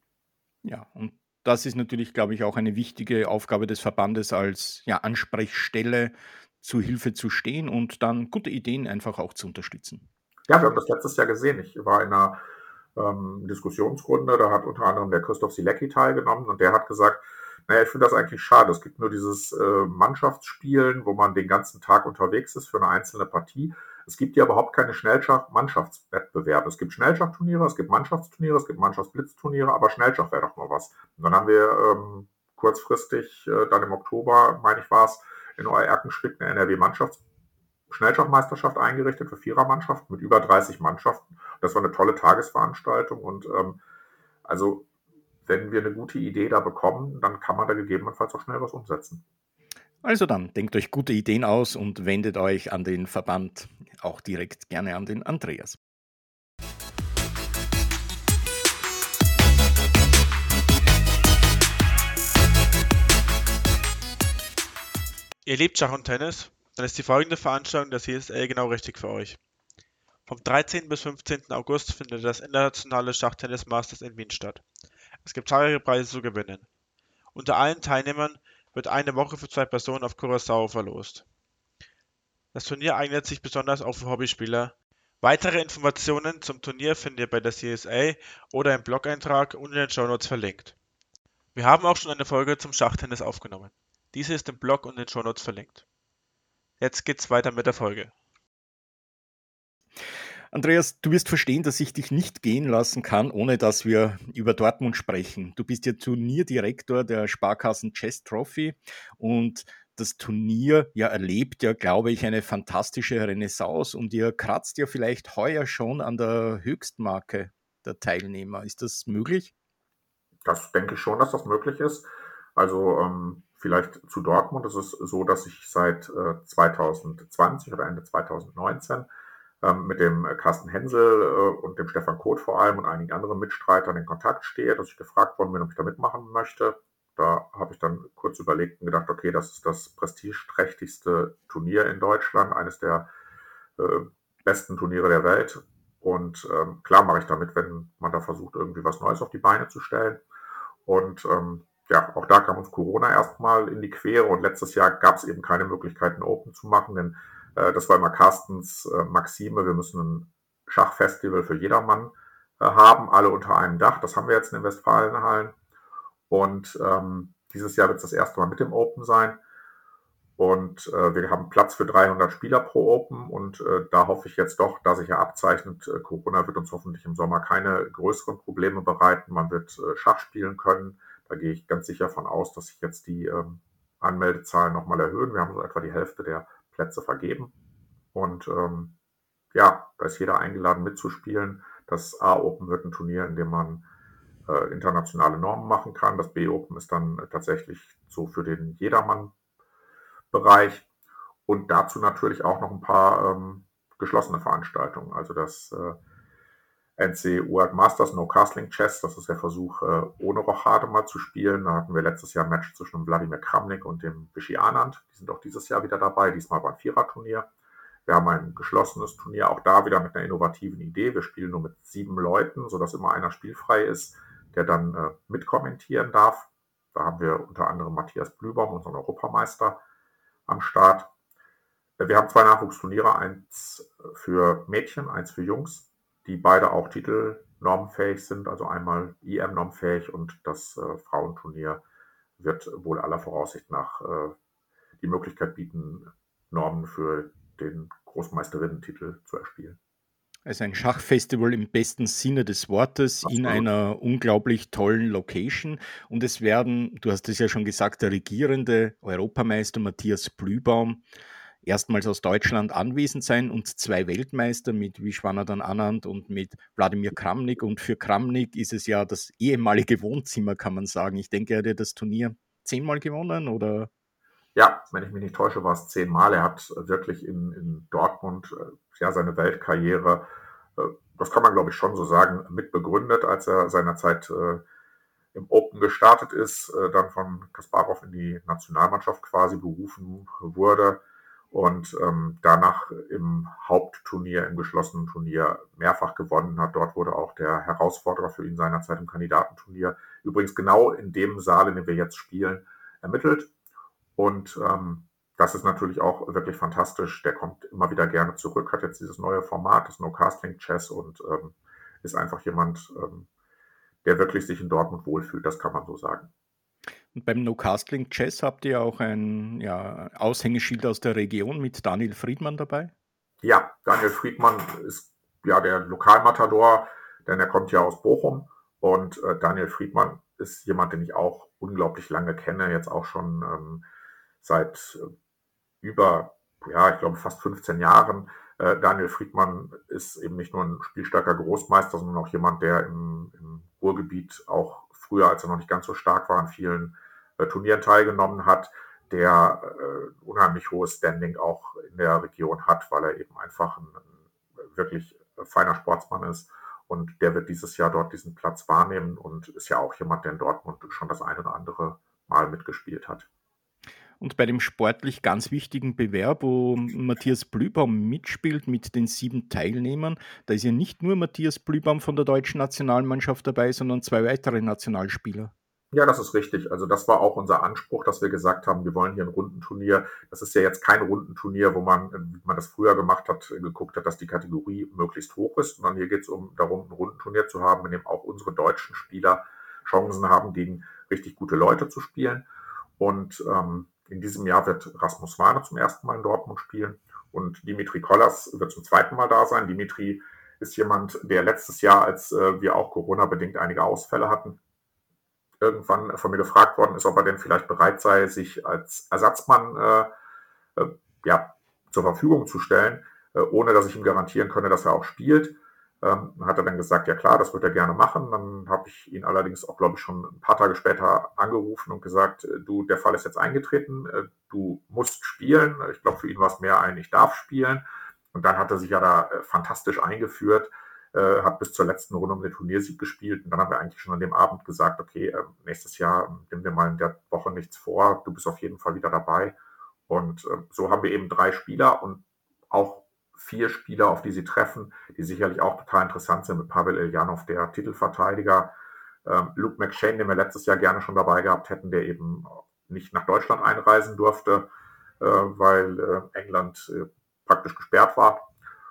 Ja, und das ist natürlich, glaube ich, auch eine wichtige Aufgabe des Verbandes als ja, Ansprechstelle zu Hilfe zu stehen und dann gute Ideen einfach auch zu unterstützen. Ja, wir haben das letztes Jahr gesehen. Ich war in einer ähm, Diskussionsrunde, da hat unter anderem der Christoph Sielecki teilgenommen und der hat gesagt, naja, ich finde das eigentlich schade. Es gibt nur dieses äh, Mannschaftsspielen, wo man den ganzen Tag unterwegs ist für eine einzelne Partie. Es gibt ja überhaupt keine Schnellschach-Mannschaftswettbewerbe. Es gibt Schnellschachturniere, es gibt Mannschaftsturniere, es gibt Mannschaftsblitzturniere, aber Schnellschach wäre doch mal was. Und dann haben wir ähm, kurzfristig, äh, dann im Oktober, meine ich war es, in Euerkenschwick eine N R W-Mannschafts-Schnellschachmeisterschaft eingerichtet für Vierermannschaften mit über dreißig Mannschaften. Das war eine tolle Tagesveranstaltung und ähm, also wenn wir eine gute Idee da bekommen, dann kann man da gegebenenfalls auch schnell was umsetzen. Also dann, denkt euch gute Ideen aus und wendet euch an den Verband, auch direkt gerne an den Andreas. Ihr liebt Schach und Tennis? Dann ist die folgende Veranstaltung der C S A genau richtig für euch. Vom dreizehnten bis fünfzehnten August findet das internationale Schachtennis Masters in Wien statt. Es gibt zahlreiche Preise zu gewinnen. Unter allen Teilnehmern wird eine Woche für zwei Personen auf Curaçao verlost. Das Turnier eignet sich besonders auch für Hobbyspieler. Weitere Informationen zum Turnier findet ihr bei der C S A oder im Blog-Eintrag und in den Shownotes verlinkt. Wir haben auch schon eine Folge zum Schachtennis aufgenommen. Diese ist im Blog und in den Shownotes verlinkt. Jetzt geht's weiter mit der Folge. Andreas, du wirst verstehen, dass ich dich nicht gehen lassen kann, ohne dass wir über Dortmund sprechen. Du bist ja Turnierdirektor der Sparkassen Chess Trophy und das Turnier ja erlebt ja, glaube ich, eine fantastische Renaissance und ihr kratzt ja vielleicht heuer schon an der Höchstmarke der Teilnehmer. Ist das möglich? Das denke ich schon, dass das möglich ist. Also ähm, vielleicht zu Dortmund. Es ist so, dass ich seit äh, zwanzig zwanzig oder Ende zwanzig neunzehn ähm, mit dem Carsten Hensel äh, und dem Stefan Koth vor allem und einigen anderen Mitstreitern in Kontakt stehe, dass ich gefragt worden bin, ob ich da mitmachen möchte. Da habe ich dann kurz überlegt und gedacht, okay, das ist das prestigeträchtigste Turnier in Deutschland, eines der äh, besten Turniere der Welt. Und ähm, klar mache ich damit, wenn man da versucht, irgendwie was Neues auf die Beine zu stellen. Und ähm, ja, auch da kam uns Corona erstmal in die Quere und letztes Jahr gab es eben keine Möglichkeit, ein Open zu machen, denn äh, das war immer Carstens äh, Maxime, wir müssen ein Schachfestival für jedermann äh, haben, alle unter einem Dach. Das haben wir jetzt in den Westfalenhallen. Und ähm, dieses Jahr wird es das erste Mal mit dem Open sein. Und äh, wir haben Platz für dreihundert Spieler pro Open und äh, da hoffe ich jetzt doch, da sich ja abzeichnet, äh, Corona wird uns hoffentlich im Sommer keine größeren Probleme bereiten. Man wird äh, Schach spielen können. Da gehe ich ganz sicher von aus, dass sich jetzt die ähm, Anmeldezahlen nochmal erhöhen. Wir haben so etwa die Hälfte der Plätze vergeben. Und ähm, ja, da ist jeder eingeladen mitzuspielen. Das A-Open wird ein Turnier, in dem man äh, internationale Normen machen kann. Das B-Open ist dann äh, tatsächlich so für den Jedermann Bereich und dazu natürlich auch noch ein paar ähm, geschlossene Veranstaltungen. Also das äh, N C World Masters No Castling Chess, das ist der Versuch, äh, ohne Rochade mal zu spielen. Da hatten wir letztes Jahr ein Match zwischen dem Wladimir Kramnik und dem Vishy Anand. Die sind auch dieses Jahr wieder dabei. Diesmal war ein Viererturnier. Wir haben ein geschlossenes Turnier, auch da wieder mit einer innovativen Idee. Wir spielen nur mit sieben Leuten, sodass immer einer spielfrei ist, der dann äh, mitkommentieren darf. Da haben wir unter anderem Matthias Blübaum, unseren Europameister, am Start. Wir haben zwei Nachwuchsturniere, eins für Mädchen, eins für Jungs, die beide auch titelnormfähig sind, also einmal I M-normfähig und das äh, Frauenturnier wird wohl aller Voraussicht nach äh, die Möglichkeit bieten, Normen für den Großmeisterinnen-Titel zu erspielen. Also ein Schachfestival im besten Sinne des Wortes in Absolut. einer unglaublich tollen Location. Und es werden, du hast es ja schon gesagt, der regierende Europameister Matthias Blübaum erstmals aus Deutschland anwesend sein und zwei Weltmeister mit Viswanathan Anand und mit Wladimir Kramnik. Und für Kramnik ist es ja das ehemalige Wohnzimmer, kann man sagen. Ich denke, er hat ja das Turnier zehnmal gewonnen, oder? Ja, wenn ich mich nicht täusche, war es zehnmal. Er hat wirklich in, in Dortmund äh, ja seine Weltkarriere, äh, das kann man glaube ich schon so sagen, mit begründet, als er seinerzeit äh, im Open gestartet ist, äh, dann von Kasparov in die Nationalmannschaft quasi berufen wurde und ähm, danach im Hauptturnier, im geschlossenen Turnier mehrfach gewonnen hat. Dort wurde auch der Herausforderer für ihn seinerzeit im Kandidatenturnier, übrigens genau in dem Saal, in dem wir jetzt spielen, ermittelt. Und ähm, das ist natürlich auch wirklich fantastisch. Der kommt immer wieder gerne zurück, hat jetzt dieses neue Format, das No Castling Chess und ähm, ist einfach jemand, ähm, der wirklich sich in Dortmund wohlfühlt, das kann man so sagen. Und beim No Castling Chess habt ihr auch ein ja, Aushängeschild aus der Region mit Daniel Friedmann dabei? Ja, Daniel Friedmann ist ja der Lokalmatador, denn er kommt ja aus Bochum und äh, Daniel Friedmann ist jemand, den ich auch unglaublich lange kenne, jetzt auch schon ähm, seit über, ja, ich glaube, fast fünfzehn Jahren. Äh, Daniel Friedmann ist eben nicht nur ein spielstarker Großmeister, sondern auch jemand, der im, im Ruhrgebiet auch früher, als er noch nicht ganz so stark war, an vielen äh, Turnieren teilgenommen hat, der äh, unheimlich hohes Standing auch in der Region hat, weil er eben einfach ein, ein wirklich feiner Sportsmann ist. Und der wird dieses Jahr dort diesen Platz wahrnehmen und ist ja auch jemand, der in Dortmund schon das ein oder andere Mal mitgespielt hat. Und bei dem sportlich ganz wichtigen Bewerb, wo Matthias Blühbaum mitspielt mit den sieben Teilnehmern, da ist ja nicht nur Matthias Blühbaum von der deutschen Nationalmannschaft dabei, sondern zwei weitere Nationalspieler. Ja, das ist richtig. Also das war auch unser Anspruch, dass wir gesagt haben, wir wollen hier ein Rundenturnier. Das ist ja jetzt kein Rundenturnier, wo man, wie man das früher gemacht hat, geguckt hat, dass die Kategorie möglichst hoch ist, sondern hier geht es um darum, ein Rundenturnier zu haben, in dem auch unsere deutschen Spieler Chancen haben, gegen richtig gute Leute zu spielen. Und ähm, in diesem Jahr wird Rasmus Warne zum ersten Mal in Dortmund spielen und Dimitri Kollas wird zum zweiten Mal da sein. Dimitri ist jemand, der letztes Jahr, als äh, wir auch Corona-bedingt einige Ausfälle hatten, irgendwann von mir gefragt worden ist, ob er denn vielleicht bereit sei, sich als Ersatzmann äh, äh, ja, zur Verfügung zu stellen, äh, ohne dass ich ihm garantieren könne, dass er auch spielt. Ähm, hat er dann gesagt, ja klar, das wird er gerne machen. Dann habe ich ihn allerdings auch, glaube ich, schon ein paar Tage später angerufen und gesagt, äh, du, der Fall ist jetzt eingetreten, äh, du musst spielen. Ich glaube, für ihn war es mehr ein, ich darf spielen. Und dann hat er sich ja da äh, fantastisch eingeführt, äh, hat bis zur letzten Runde um den Turniersieg gespielt. Und dann haben wir eigentlich schon an dem Abend gesagt, okay, äh, nächstes Jahr äh, nehmen wir mal in der Woche nichts vor, du bist auf jeden Fall wieder dabei. Und äh, so haben wir eben drei Spieler und auch vier Spieler, auf die sie treffen, die sicherlich auch total interessant sind, mit Pavel Eljanov, der Titelverteidiger, ähm, Luke McShane, den wir letztes Jahr gerne schon dabei gehabt hätten, der eben nicht nach Deutschland einreisen durfte, äh, weil äh, England äh, praktisch gesperrt war.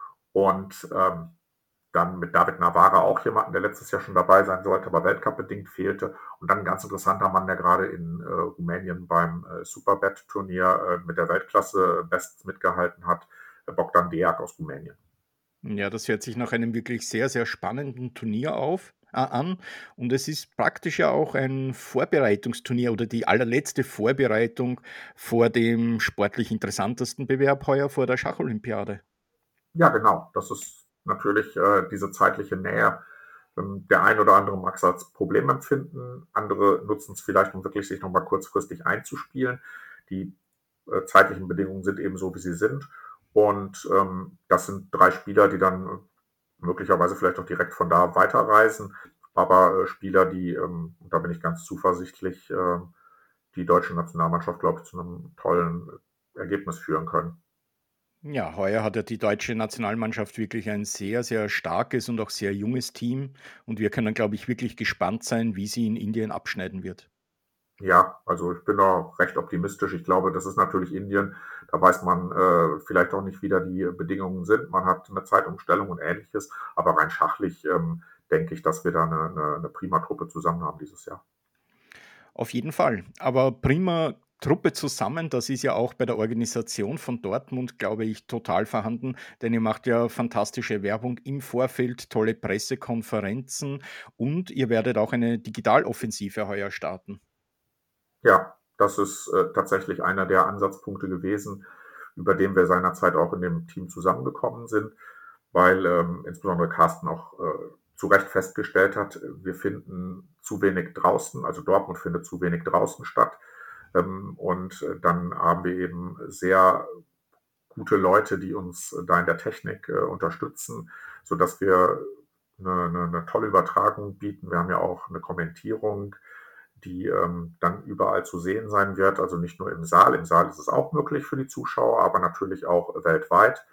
Und ähm, dann mit David Navarra auch jemanden, der letztes Jahr schon dabei sein sollte, aber Weltcup-bedingt fehlte. Und dann ein ganz interessanter Mann, der gerade in äh, Rumänien beim äh, Superbet-Turnier äh, mit der Weltklasse bestens mitgehalten hat, äh, Bogdan Deák aus Rumänien. Ja, das hört sich nach einem wirklich sehr, sehr spannenden Turnier auf, äh, an. Und es ist praktisch ja auch ein Vorbereitungsturnier oder die allerletzte Vorbereitung vor dem sportlich interessantesten Bewerb heuer, vor der Schacholympiade. Ja, genau. Das ist natürlich äh, diese zeitliche Nähe. Ähm, der ein oder andere mag es als Problem empfinden, andere nutzen es vielleicht, um wirklich sich nochmal kurzfristig einzuspielen. Die äh, zeitlichen Bedingungen sind eben so, wie sie sind. Und ähm, das sind drei Spieler, die dann äh, möglicherweise vielleicht auch direkt von da weiterreisen. Aber äh, Spieler, die, ähm, und da bin ich ganz zuversichtlich, äh, die deutsche Nationalmannschaft, glaube ich, zu einem tollen Ergebnis führen können. Ja, heuer hat ja die deutsche Nationalmannschaft wirklich ein sehr, sehr starkes und auch sehr junges Team. Und wir können, glaube ich, wirklich gespannt sein, wie sie in Indien abschneiden wird. Ja, also ich bin da recht optimistisch. Ich glaube, das ist natürlich Indien. Da weiß man äh, vielleicht auch nicht, wie da die Bedingungen sind. Man hat eine Zeitumstellung und ähnliches. Aber rein schachlich ähm, denke ich, dass wir da eine, eine, eine prima Truppe zusammen haben dieses Jahr. Auf jeden Fall. Aber prima Truppe zusammen, das ist ja auch bei der Organisation von Dortmund, glaube ich, total vorhanden, denn ihr macht ja fantastische Werbung im Vorfeld, tolle Pressekonferenzen und ihr werdet auch eine Digitaloffensive heuer starten. Ja, das ist äh, tatsächlich einer der Ansatzpunkte gewesen, über den wir seinerzeit auch in dem Team zusammengekommen sind, weil ähm, insbesondere Carsten auch äh, zu Recht festgestellt hat, wir finden zu wenig draußen, also Dortmund findet zu wenig draußen statt. Ähm, und äh, dann haben wir eben sehr gute Leute, die uns da in der Technik äh, unterstützen, sodass wir eine, eine, eine tolle Übertragung bieten. Wir haben ja auch eine Kommentierung, die ähm, dann überall zu sehen sein wird, also nicht nur im Saal. Im Saal ist es auch möglich für die Zuschauer, aber natürlich auch weltweit.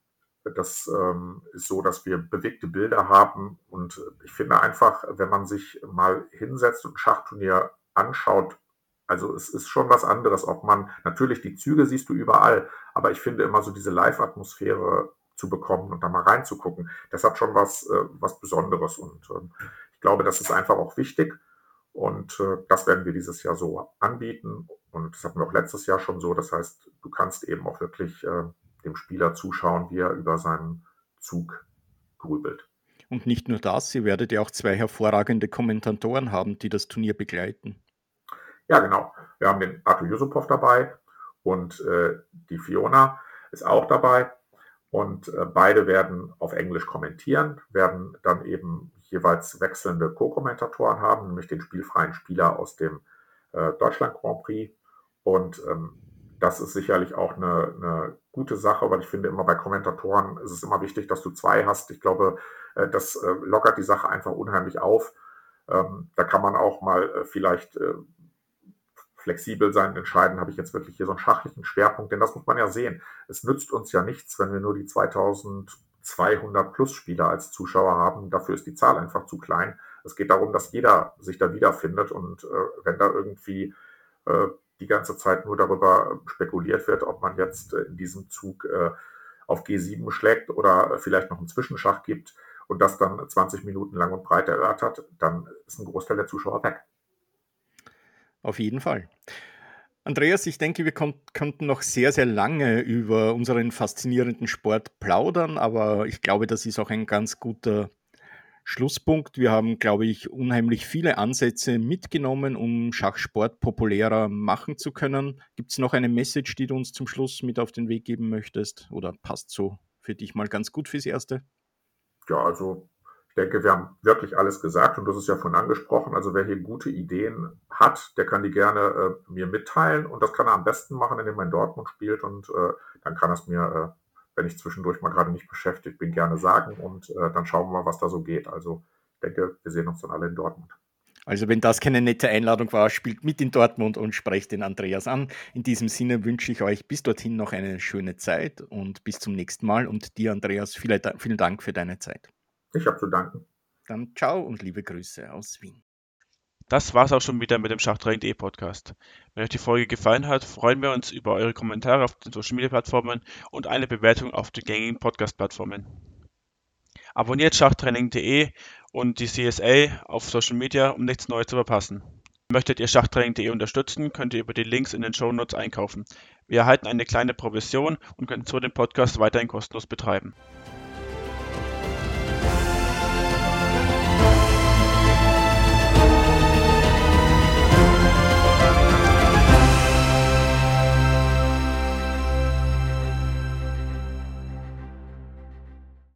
Das ähm, ist so, dass wir bewegte Bilder haben und ich finde einfach, wenn man sich mal hinsetzt und ein Schachturnier anschaut, also es ist schon was anderes, ob man, natürlich die Züge siehst du überall, aber ich finde immer so diese Live-Atmosphäre zu bekommen und da mal reinzugucken, das hat schon was, äh, was Besonderes und ähm, ich glaube, das ist einfach auch wichtig und äh, das werden wir dieses Jahr so anbieten und das hatten wir auch letztes Jahr schon so, das heißt, du kannst eben auch wirklich äh, dem Spieler zuschauen, wie er über seinen Zug grübelt. Und nicht nur das, ihr werdet ja auch zwei hervorragende Kommentatoren haben, die das Turnier begleiten. Ja, genau. Wir haben den Arthur Yusupov dabei und äh, die Fiona ist auch dabei. Und äh, beide werden auf Englisch kommentieren, werden dann eben jeweils wechselnde Co-Kommentatoren haben, nämlich den spielfreien Spieler aus dem äh, Deutschland Grand Prix. Und ähm, das ist sicherlich auch eine, eine gute Sache, weil ich finde, immer bei Kommentatoren ist es immer wichtig, dass du zwei hast. Ich glaube, äh, das äh, lockert die Sache einfach unheimlich auf. Ähm, da kann man auch mal äh, vielleicht äh, flexibel sein, entscheiden, habe ich jetzt wirklich hier so einen schachlichen Schwerpunkt, denn das muss man ja sehen. Es nützt uns ja nichts, wenn wir nur die zweitausendzweihundert plus Spieler als Zuschauer haben. Dafür ist die Zahl einfach zu klein. Es geht darum, dass jeder sich da wiederfindet und äh, wenn da irgendwie äh, die ganze Zeit nur darüber spekuliert wird, ob man jetzt äh, in diesem Zug äh, auf G sieben schlägt oder vielleicht noch einen Zwischenschach gibt und das dann zwanzig Minuten lang und breit erörtert, dann ist ein Großteil der Zuschauer weg. Auf jeden Fall. Andreas, ich denke, wir könnten noch sehr, sehr lange über unseren faszinierenden Sport plaudern, aber ich glaube, das ist auch ein ganz guter Schlusspunkt. Wir haben, glaube ich, unheimlich viele Ansätze mitgenommen, um Schachsport populärer machen zu können. Gibt es noch eine Message, die du uns zum Schluss mit auf den Weg geben möchtest? Oder passt so für dich mal ganz gut fürs Erste? Ja, also ich denke, wir haben wirklich alles gesagt und das ist ja von angesprochen. Also wer hier gute Ideen hat, der kann die gerne äh, mir mitteilen und das kann er am besten machen, indem er in Dortmund spielt und äh, dann kann er es mir, äh, wenn ich zwischendurch mal gerade nicht beschäftigt bin, gerne sagen und äh, dann schauen wir mal, was da so geht. Also ich denke, wir sehen uns dann alle in Dortmund. Also wenn das keine nette Einladung war, spielt mit in Dortmund und sprecht den Andreas an. In diesem Sinne wünsche ich euch bis dorthin noch eine schöne Zeit und bis zum nächsten Mal und dir, Andreas, vielen Dank für deine Zeit. Ich habe zu danken. Dann ciao und liebe Grüße aus Wien. Das war's auch schon wieder mit dem Schachtraining.de Podcast. Wenn euch die Folge gefallen hat, freuen wir uns über eure Kommentare auf den Social Media Plattformen und eine Bewertung auf den gängigen Podcast-Plattformen. Abonniert Schachtraining.de und die C S A auf Social Media, um nichts Neues zu verpassen. Möchtet ihr Schachtraining.de unterstützen, könnt ihr über die Links in den Shownotes einkaufen. Wir erhalten eine kleine Provision und können so den Podcast weiterhin kostenlos betreiben.